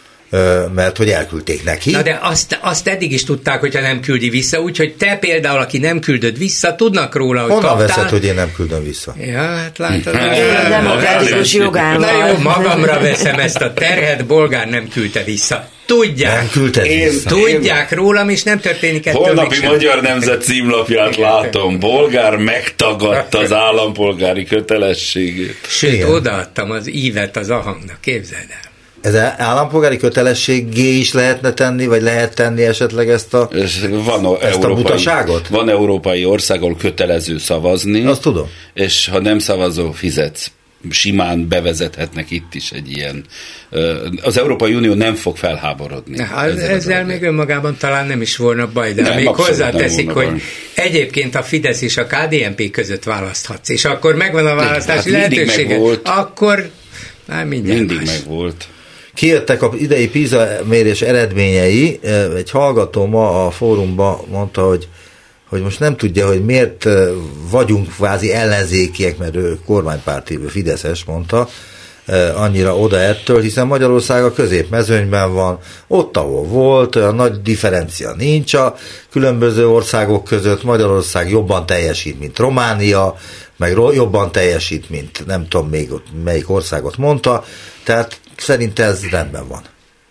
mert hogy elküldték neki. Na de azt, azt eddig is tudták, hogyha nem küldi vissza, úgyhogy te például, aki nem küldöd vissza, tudnak róla, hogy honnan kaptál. veszed, hogy én nem küldöm vissza? Ja, hát látod. A demokratikus jogállam. Na jó, magamra veszem ezt a terhet, bolgár nem küldte vissza. Tudják. Nem küldted Én, vissza. Tudják én, rólam, és nem történik ettől holnapi mégsem. Magyar Nemzet címlapját látom. Bolgár megtagadta az állampolgári kötelességét. Sőt, igen, odaadtam az ívet az á há gé-nak, képzeld el. Ez állampolgári kötelességgé is lehetne tenni, vagy lehet tenni esetleg ezt a, van ezt a butaságot? Van európai ország, ahol kötelező szavazni. Azt tudom. És ha nem szavazol, fizetsz. Simán bevezethetnek itt is egy ilyen. Az Európai Unió nem fog felháborodni. Na, ezzel, ezzel még önmagában talán nem is volna baj, de nem, még hozzáteszik, hogy baj. Egyébként a Fidesz és a ká dé en pé között választhatsz, és akkor megvan a választási hát lehetősége, akkor már mindjárt mindig más. megvolt. Kijöttek az idei PISA mérés eredményei, egy hallgató ma a fórumban mondta, hogy, hogy most nem tudja, hogy miért vagyunk kvázi ellenzékiek, mert ő kormánypárti, fideszes mondta, annyira oda ettől, hiszen Magyarország a középmezőnyben van, ott, ahol volt, olyan nagy differencia nincs a különböző országok között, Magyarország jobban teljesít, mint Románia, meg jobban teljesít, mint nem tudom még melyik országot mondta, tehát szerintem ez rendben van.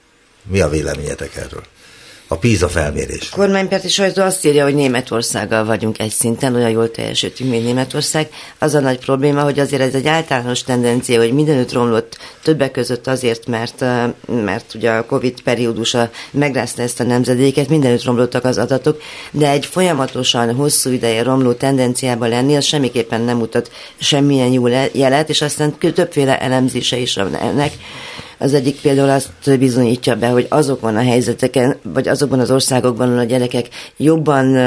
Mi a véleményetek erről? A PISA felmérés. A kormánypárti sajtó azt írja, hogy Németországgal vagyunk egy szinten, olyan jól teljesítünk, mint Németország. Az a nagy probléma, hogy azért ez egy általános tendencia, hogy mindenütt romlott, többek között azért, mert, mert ugye a Covid periódusa megrázta ezt a nemzedéket, mindenütt romlottak az adatok, de egy folyamatosan hosszú ideje romló tendenciában lenni, az semmiképpen nem mutat semmilyen jó jelet, és aztán többféle elemzése is van ennek. Az egyik például azt bizonyítja be, hogy azokon a helyzeteken, vagy azokban az országokban, ahol a gyerekek jobban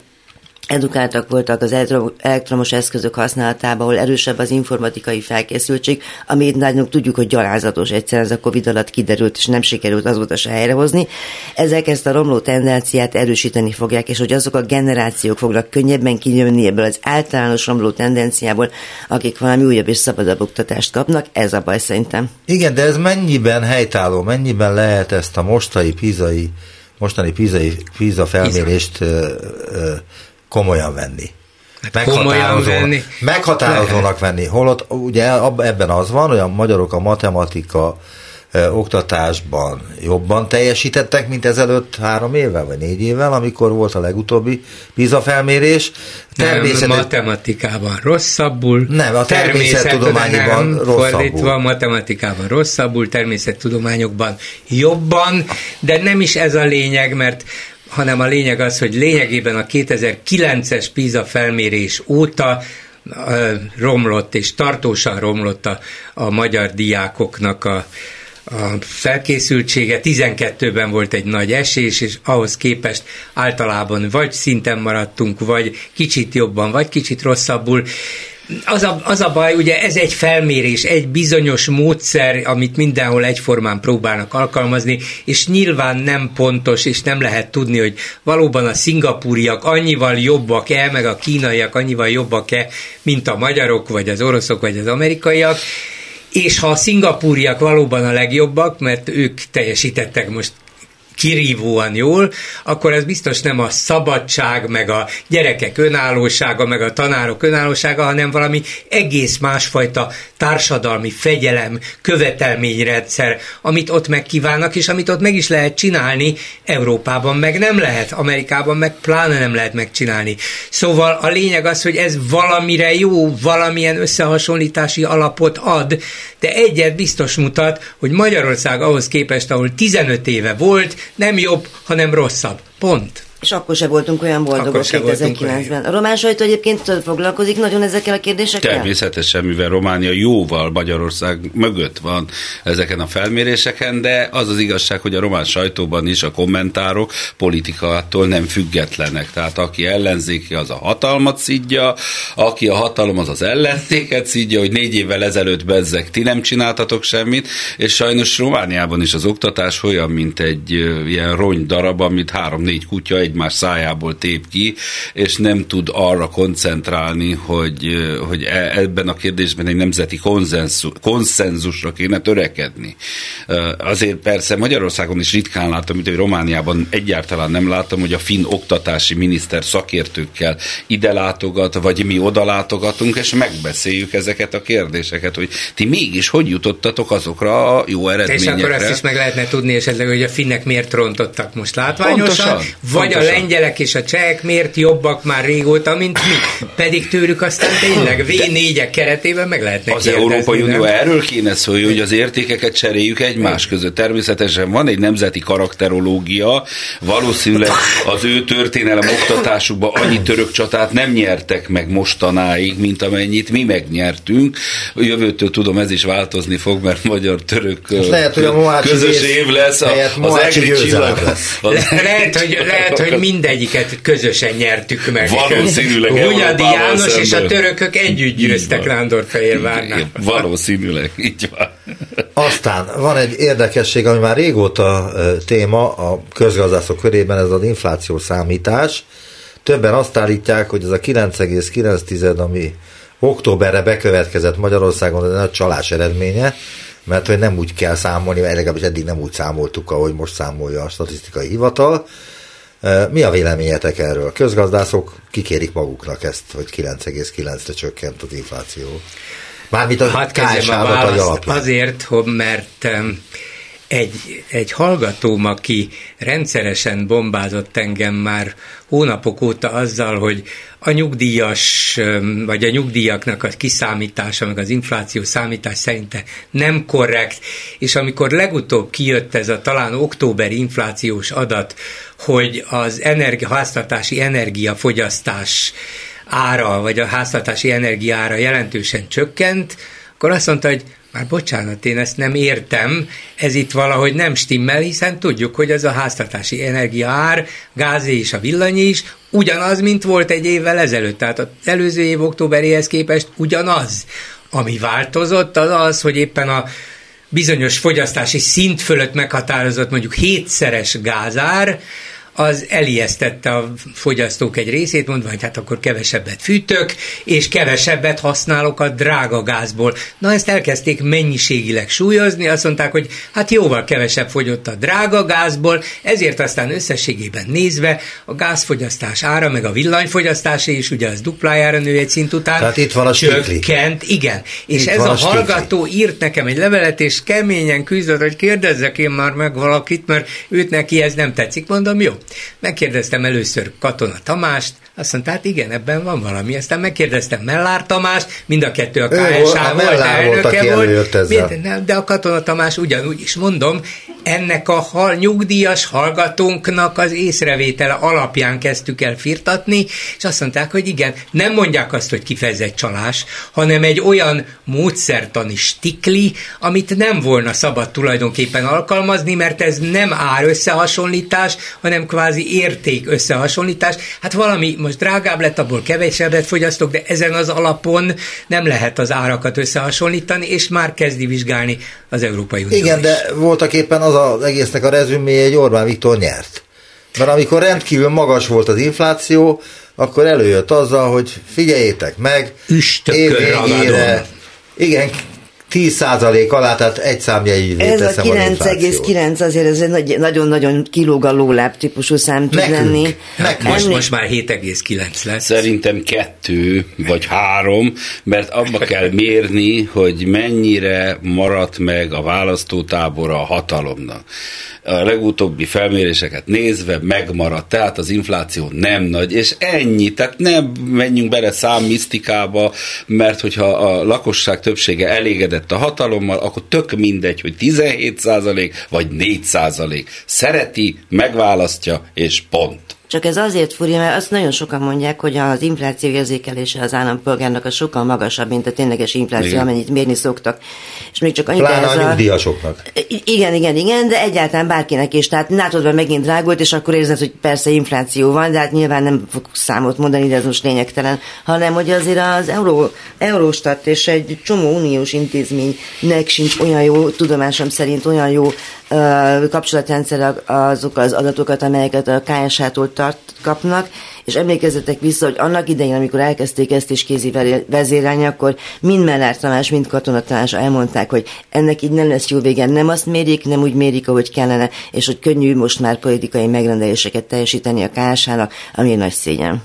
edukáltak voltak az elektromos eszközök használatában, ahol erősebb az informatikai felkészültség, amit nagyon tudjuk, hogy gyalázatos, egyszerűen ez a Covid alatt kiderült, és nem sikerült azóta se helyrehozni. Ezek ezt a romló tendenciát erősíteni fogják, és hogy azok a generációk fognak könnyebben kijönni ebből az általános romló tendenciából, akik valami újabb és szabadabb oktatást kapnak, ez a baj szerintem. Igen, de ez mennyiben helytálló, mennyiben lehet ezt a mostani PISA-i, mostani PISA-i, PISA felmérést ö, ö, komolyan venni. Komolyan venni. Meghatározónak venni. Holott ugye ebben az van, hogy a magyarok a matematika ö, oktatásban jobban teljesítettek, mint ezelőtt három évvel, vagy négy évvel, amikor volt a legutóbbi PISA felmérés. Nem, matematikában rosszabbul. Nem, a természettudományban nem, rosszabbul. Fordítva, matematikában rosszabbul, természettudományokban jobban, de nem is ez a lényeg, mert hanem a lényeg az, hogy lényegében a kétezer-kilences PISA felmérés óta romlott, és tartósan romlott a, a magyar diákoknak a, a felkészültsége. tizenkettőben volt egy nagy esés, és ahhoz képest általában vagy szinten maradtunk, vagy kicsit jobban, vagy kicsit rosszabbul. Az a, az a baj, ugye ez egy felmérés, egy bizonyos módszer, amit mindenhol egyformán próbálnak alkalmazni, és nyilván nem pontos, és nem lehet tudni, hogy valóban a szingapúriak annyival jobbak-e, meg a kínaiak annyival jobbak-e, mint a magyarok, vagy az oroszok, vagy az amerikaiak. És ha a szingapúriak valóban a legjobbak, mert ők teljesítettek most kirívóan jól, akkor ez biztos nem a szabadság, meg a gyerekek önállósága, meg a tanárok önállósága, hanem valami egész másfajta társadalmi fegyelem, követelményrendszer, amit ott megkívánnak, és amit ott meg is lehet csinálni, Európában meg nem lehet, Amerikában meg pláne nem lehet megcsinálni. Szóval a lényeg az, hogy ez valamire jó, valamilyen összehasonlítási alapot ad, de egyet biztos mutat, hogy Magyarország ahhoz képest, ahol tizenöt éve volt, nem jobb, hanem rosszabb. Pont. És akkor se voltunk olyan boldogok kétezer-kilencben. A román sajtó egyébként foglalkozik nagyon ezekkel a kérdésekkel? Természetesen, mivel Románia jóval Magyarország mögött van ezeken a felméréseken, de az az igazság, hogy a román sajtóban is a kommentárok politikától nem függetlenek. Tehát aki ellenzéki, az a hatalmat szidja, aki a hatalom, az az ellentéket szidja, hogy négy évvel ezelőtt bezzeg, ti nem csináltatok semmit, és sajnos Romániában is az oktatás olyan, mint egy ilyen rony darab, amit három-négy kutya egy egymás szájából tép ki, és nem tud arra koncentrálni, hogy, hogy ebben a kérdésben egy nemzeti konszenzus, konszenzusra kéne törekedni. Azért persze Magyarországon is ritkán láttam, mint hogy Romániában egyáltalán nem láttam, hogy a finn oktatási miniszter szakértőkkel ide látogat, vagy mi oda látogatunk, és megbeszéljük ezeket a kérdéseket, hogy ti mégis hogy jutottatok azokra a jó eredményekre. És akkor azt is meg lehetne tudni esetleg, hogy a finnek miért rontottak most látványosan, pontosan, vagy pontosan. A lengyelek és a csehek miért jobbak már régóta, mint mi. Pedig tőlük aztán tényleg vé négyek keretében meg lehetne az Európai Unió erről kéne szólni, hogy az értékeket cseréljük egymás között. Természetesen van egy nemzeti karakterológia, valószínűleg az ő történelem oktatásukban annyi török csatát nem nyertek meg mostanáig, mint amennyit mi megnyertünk. Jövőtől tudom, ez is változni fog, mert magyar-török közös év lesz. Az egri csillag lesz. Lehet, hogy, lehet, hogy mindegyiket közösen nyertük meg. Valószínűleg Hunyadi János szemben. És a törökök együtt győztek Nándorfehérvárnál. Valószínűleg, így van. Aztán van egy érdekesség, ami már régóta téma a közgazdászok körében, ez az infláció számítás. Többen azt állítják, hogy ez a kilenc egész kilenc, ami októberre bekövetkezett Magyarországon, ez egy csalás eredménye, mert hogy nem úgy kell számolni, mert legalábbis eddig nem úgy számoltuk, ahogy most számolja a statisztikai hivatal. Mi a véleményetek erről? Közgazdászok kikérik maguknak ezt, hogy kilenc egész kilencre csökkent az infláció. Mármint a hát ká es adatai alapján. Azért, mert egy, egy hallgatóm, aki rendszeresen bombázott engem már hónapok óta azzal, hogy a nyugdíjas, vagy a nyugdíjaknak a kiszámítása, meg az infláció számítás szerinte nem korrekt, és amikor legutóbb kijött ez a talán októberi inflációs adat, hogy az energia, háztartási energiafogyasztás ára, vagy a háztartási energiára jelentősen csökkent, akkor azt mondta, hogy már bocsánat, én ezt nem értem, ez itt valahogy nem stimmel, hiszen tudjuk, hogy ez a háztartási energiaár, gázé és a villanyi is ugyanaz, mint volt egy évvel ezelőtt. Tehát az előző év októberéhez képest ugyanaz. Ami változott, az az, hogy éppen a bizonyos fogyasztási szint fölött meghatározott mondjuk hétszeres gázár, az elijesztette a fogyasztók egy részét, mondva, hogy hát akkor kevesebbet fűtök, és kevesebbet használok a drága gázból. Na, ezt elkezdték mennyiségileg súlyozni, azt mondták, hogy hát jóval kevesebb fogyott a drága gázból, ezért aztán összességében nézve a gázfogyasztás ára, meg a villanyfogyasztásé is, ugye az duplájára nő egy szint után. Tehát itt van a csökkent, igen. És itt ez a, a hallgató írt nekem egy levelet, és keményen küzdött, hogy kérdezzek én már meg valakit, mert őt neki ez nem tetszik. Mondom, jó. Megkérdeztem először Katona Tamást, azt mondta, hát igen, ebben van valami. Aztán megkérdeztem Mellár Tamást, mind a kettő a ká es á volt, elnöke volt, de a Katona Tamás ugyanúgy is mondom, ennek a hal, nyugdíjas hallgatónknak az észrevétele alapján kezdtük el firtatni, és azt mondták, hogy igen, nem mondják azt, hogy kifejezett csalás, hanem egy olyan módszertani stikli, amit nem volna szabad tulajdonképpen alkalmazni, mert ez nem ár összehasonlítás, hanem kvázi érték összehasonlítás. Hát valami most drágább lett, abból kevesebbet fogyasztok, de ezen az alapon nem lehet az árakat összehasonlítani, és már kezdi vizsgálni az Európai Unió. Igen, is. de voltak éppen az az egésznek a rezüméje, egy Orbán Viktor nyert. Mert amikor rendkívül magas volt az infláció, akkor előjött azzal, hogy figyeljétek meg, évvégére, igen, tíz százalék alá, tehát egy számjegyűvé teszem az inflációt. Ez a kilenc egész kilenc azért ez egy nagyon-nagyon kilóg a lóláb típusú szám tud lenni. Most, most már hét egész kilenc lesz. Szerintem kettő vagy három, mert abba kell mérni, hogy mennyire maradt meg a választótábor a hatalomnak. A legutóbbi felméréseket nézve megmaradt, tehát az infláció nem nagy, és ennyi, tehát nem menjünk bele számmisztikába, mert hogyha a lakosság többsége elégedett a hatalommal, akkor tök mindegy, hogy tizenhét százalék vagy négy százalék szereti, megválasztja, és pont. Csak ez azért furja, mert azt nagyon sokan mondják, hogy az infláció érzékelése az állampolgárnak a sokkal magasabb, mint a tényleges infláció, igen, amennyit mérni szoktak. És még csak annyit pláne a nyugdíjasoknak. Igen, igen, igen, de egyáltalán bárkinek is. Tehát látod, megint drágult, és akkor érzed, hogy persze infláció van, de hát nyilván nem fog számot mondani, de ez most lényegtelen, hanem hogy azért az Euró, Eurostat és egy csomó uniós intézménynek sincs olyan jó, tudomásom szerint olyan jó uh, kapcsolatrendszer azok az adatokat, amelyeket a ká es á-tól tart, kapnak, és emlékezzetek vissza, hogy annak idején, amikor elkezdték ezt is kézi vezérelni, akkor mind Mellár Tamás, mind Katona Tamás elmondták, hogy ennek így nem lesz jó vége, nem azt mérik, nem úgy mérik, ahogy kellene, és hogy könnyű most már politikai megrendeléseket teljesíteni a ká es á-nak, ami nagy szégyen.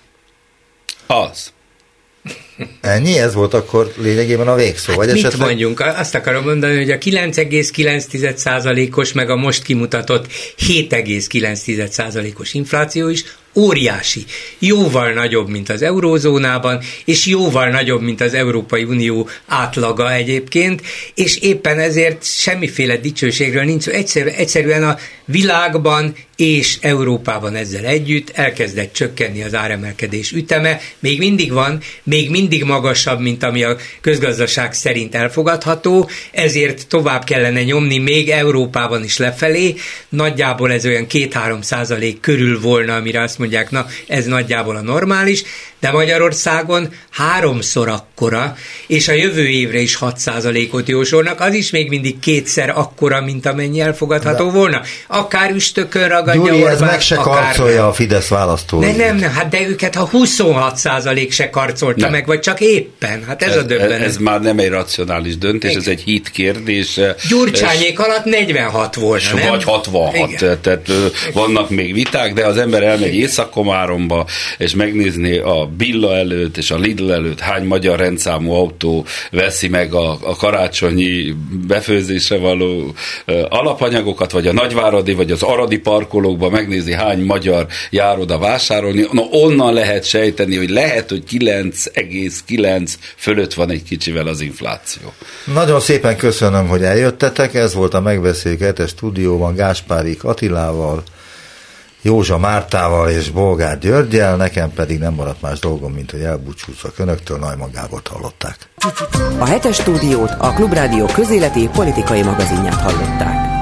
Az. Ennyi? Ez volt akkor lényegében a végszó? Vagy hát mit esetleg... mondjunk? Azt akarom mondani, hogy a kilenc egész kilenc százalékos meg a most kimutatott hét egész kilenc százalékos infláció is óriási. Jóval nagyobb, mint az eurózónában, és jóval nagyobb, mint az Európai Unió átlaga egyébként, és éppen ezért semmiféle dicsőségről nincs szó. Egyszerű, egyszerűen a világban és Európában ezzel együtt elkezdett csökkenni az áremelkedés üteme. Még mindig van, még mindig magasabb, mint ami a közgazdaság szerint elfogadható, ezért tovább kellene nyomni még Európában is lefelé. Nagyjából ez olyan két-három százalék körül volna, amire azt mondják, na ez nagyjából a normális, de Magyarországon háromszor akkora, és a jövő évre is hat százalékot jósolnak, az is még mindig kétszer akkora, mint amennyi elfogadható de. volna. Akár üstökön ragadja Gyuri, Orbán, ez meg se karcolja a Fidesz választói. Ne, nem, nem, hát de őket ha huszonhat százalék se karcolta nem. meg, vagy csak éppen, hát ez, ez a döbbenet. Ez már nem egy racionális döntés, ez egy hit kérdése. Gyurcsányék és alatt negyvenhat volna, nem? Vagy hatvanhat, igen. Tehát vannak még viták, de az ember elmegy Észak-Komáromba, és megnézni a Billa előtt és a Lidl előtt hány magyar rendszámú autó veszi meg a, a karácsonyi befőzésre való alapanyagokat, vagy a nagyváradi, vagy az aradi parkolókba megnézi, hány magyar jár oda vásárolni. Na, onnan lehet sejteni, hogy lehet, hogy kilenc egész kilenc fölött van egy kicsivel az infláció. Nagyon szépen köszönöm, hogy eljöttetek. Ez volt a Megbeszéljük hetes stúdióban Gáspárik Attilával, Józsa Mártával és Bolgár Györggyel, nekem pedig nem maradt más dolgom, mint hogy elbúcsúzzak önöktől. Neumann Gábort hallották. A hetes stúdiót a Klubrádió közéleti politikai magazinját hallották.